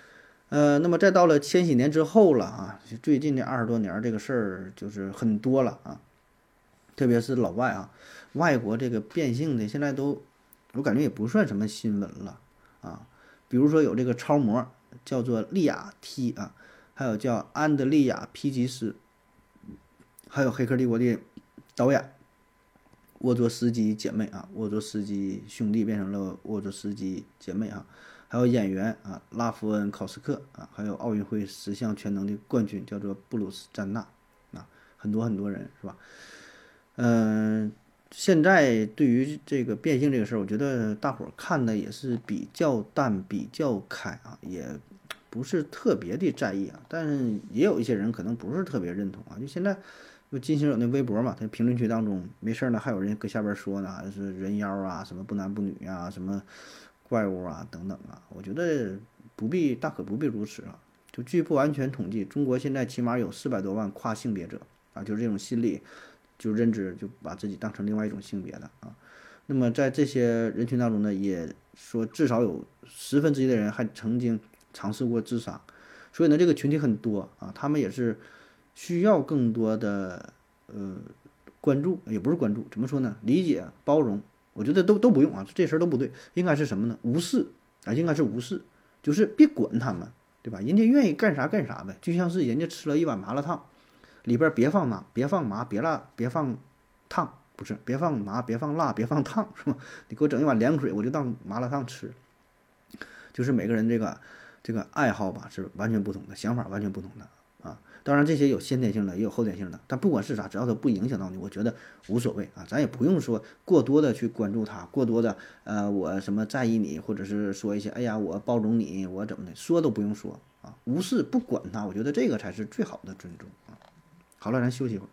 呃，那么再到了千禧年之后了啊，最近这二十多年这个事儿就是很多了啊，特别是老外啊，外国这个变性的现在都，我感觉也不算什么新闻了啊。比如说有这个超模叫做利亚 T 啊，还有叫安德利亚皮吉斯，还有《黑客帝国》的导演沃卓斯基姐妹啊，沃卓斯基兄弟变成了沃卓斯基姐妹啊。还有演员啊，拉夫恩·考斯克啊，还有奥运会十项全能的冠军叫做布鲁斯·詹纳啊，很多很多人是吧？嗯、呃，现在对于这个变性这个事儿，我觉得大伙儿看的也是比较淡、比较开啊，也不是特别的在意啊。但是也有一些人可能不是特别认同啊，就现在就金星有那微博嘛，他评论区当中没事呢，还有人搁下边说呢，是人妖啊，什么不男不女啊，什么。怪物啊，等等啊，我觉得不必，大可不必如此啊。就据不完全统计，中国现在起码有四百多万跨性别者啊，就是这种心理，就认知就把自己当成另外一种性别的啊。那么在这些人群当中呢，也说至少有十分之一的人还曾经尝试过自杀，所以呢，这个群体很多啊，他们也是需要更多的呃关注，也不是关注，怎么说呢？理解、包容。我觉得都都不用啊，这事儿都不对，应该是什么呢？无视啊，应该是无视，就是别管他们，对吧？人家愿意干啥干啥呗，就像是人家吃了一碗麻辣烫，里边别放麻，别放麻，别辣，别放烫，不是，别放麻，别放辣，别放烫，是吧？你给我整一碗凉水，我就当麻辣烫吃。就是每个人这个这个爱好吧是完全不同的，想法完全不同的啊。当然这些有先天性的，也有后天性的，但不管是啥，只要它不影响到你，我觉得无所谓啊。咱也不用说过多的去关注它，过多的呃，我什么在意你，或者是说一些哎呀，我包容你，我怎么的，说都不用说啊，无视不管它，我觉得这个才是最好的尊重啊。好了，咱休息一会儿。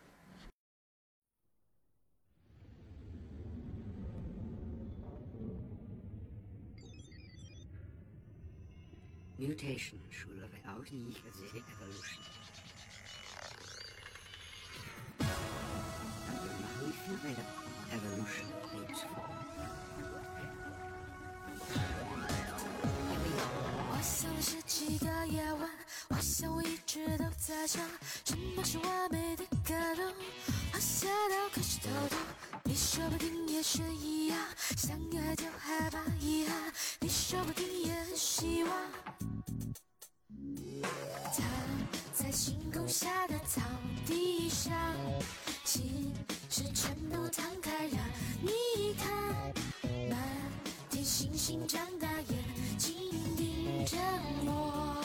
Mutation should allow the evolution. Under Mahou evolution takes form. 我想了十几个夜晚，我想我一直都在想，什么是完美的感动。我想到开始偷偷，你说不定也是一样，相爱就害怕遗憾，你说不定也很希望。他在星空下的草地上，其实全部摊开让你看，满天星星张大眼睛盯着我。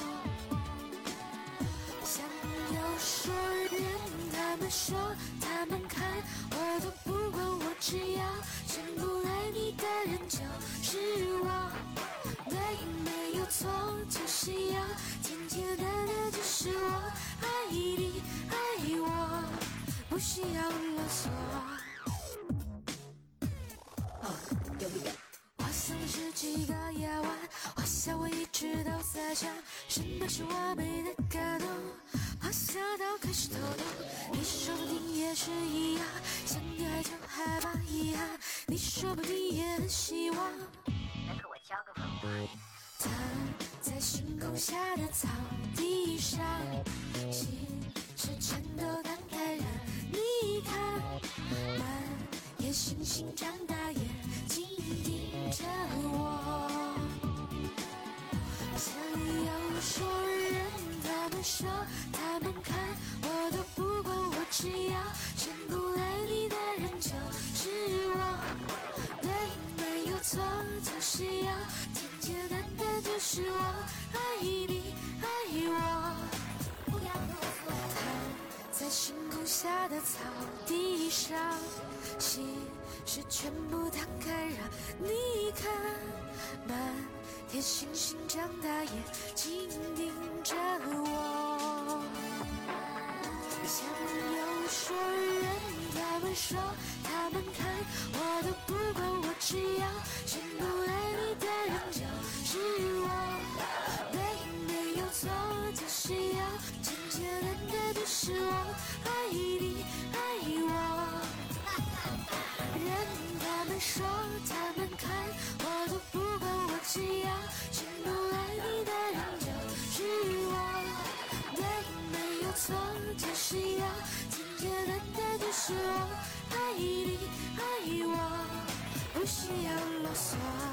想要说人，他们说他们看，我都不管，我只要全部爱你的人就是我。对，没有错，就是要简简单单，就是我爱你爱我，不需要啰嗦。我想了十几个夜晚，我想我一直都在想，什么是完美的感动。我想到开始偷偷，你说不定也是一样，相爱就害怕遗憾，你说不定也很希望。 能给我交个朋友？ 他在星空下的草地上，其实全都摊开让你看，满夜星星张大眼睛盯着我。想要说人，他们说他们看，我都不管，我只要全部爱你的人就是我。对，没有错，就是要简简单单，就是我爱你爱我。他在星空下的草地上，其实全部摊开让你看，满天星星张大眼睛盯着我。想要说人，他们说他们看，我都不管，我只要全部爱你的人就是我。对，没有错，就是要简简单单，就是我爱你爱我。人他们说他们看，我都不管，我只要全部爱你的人就算。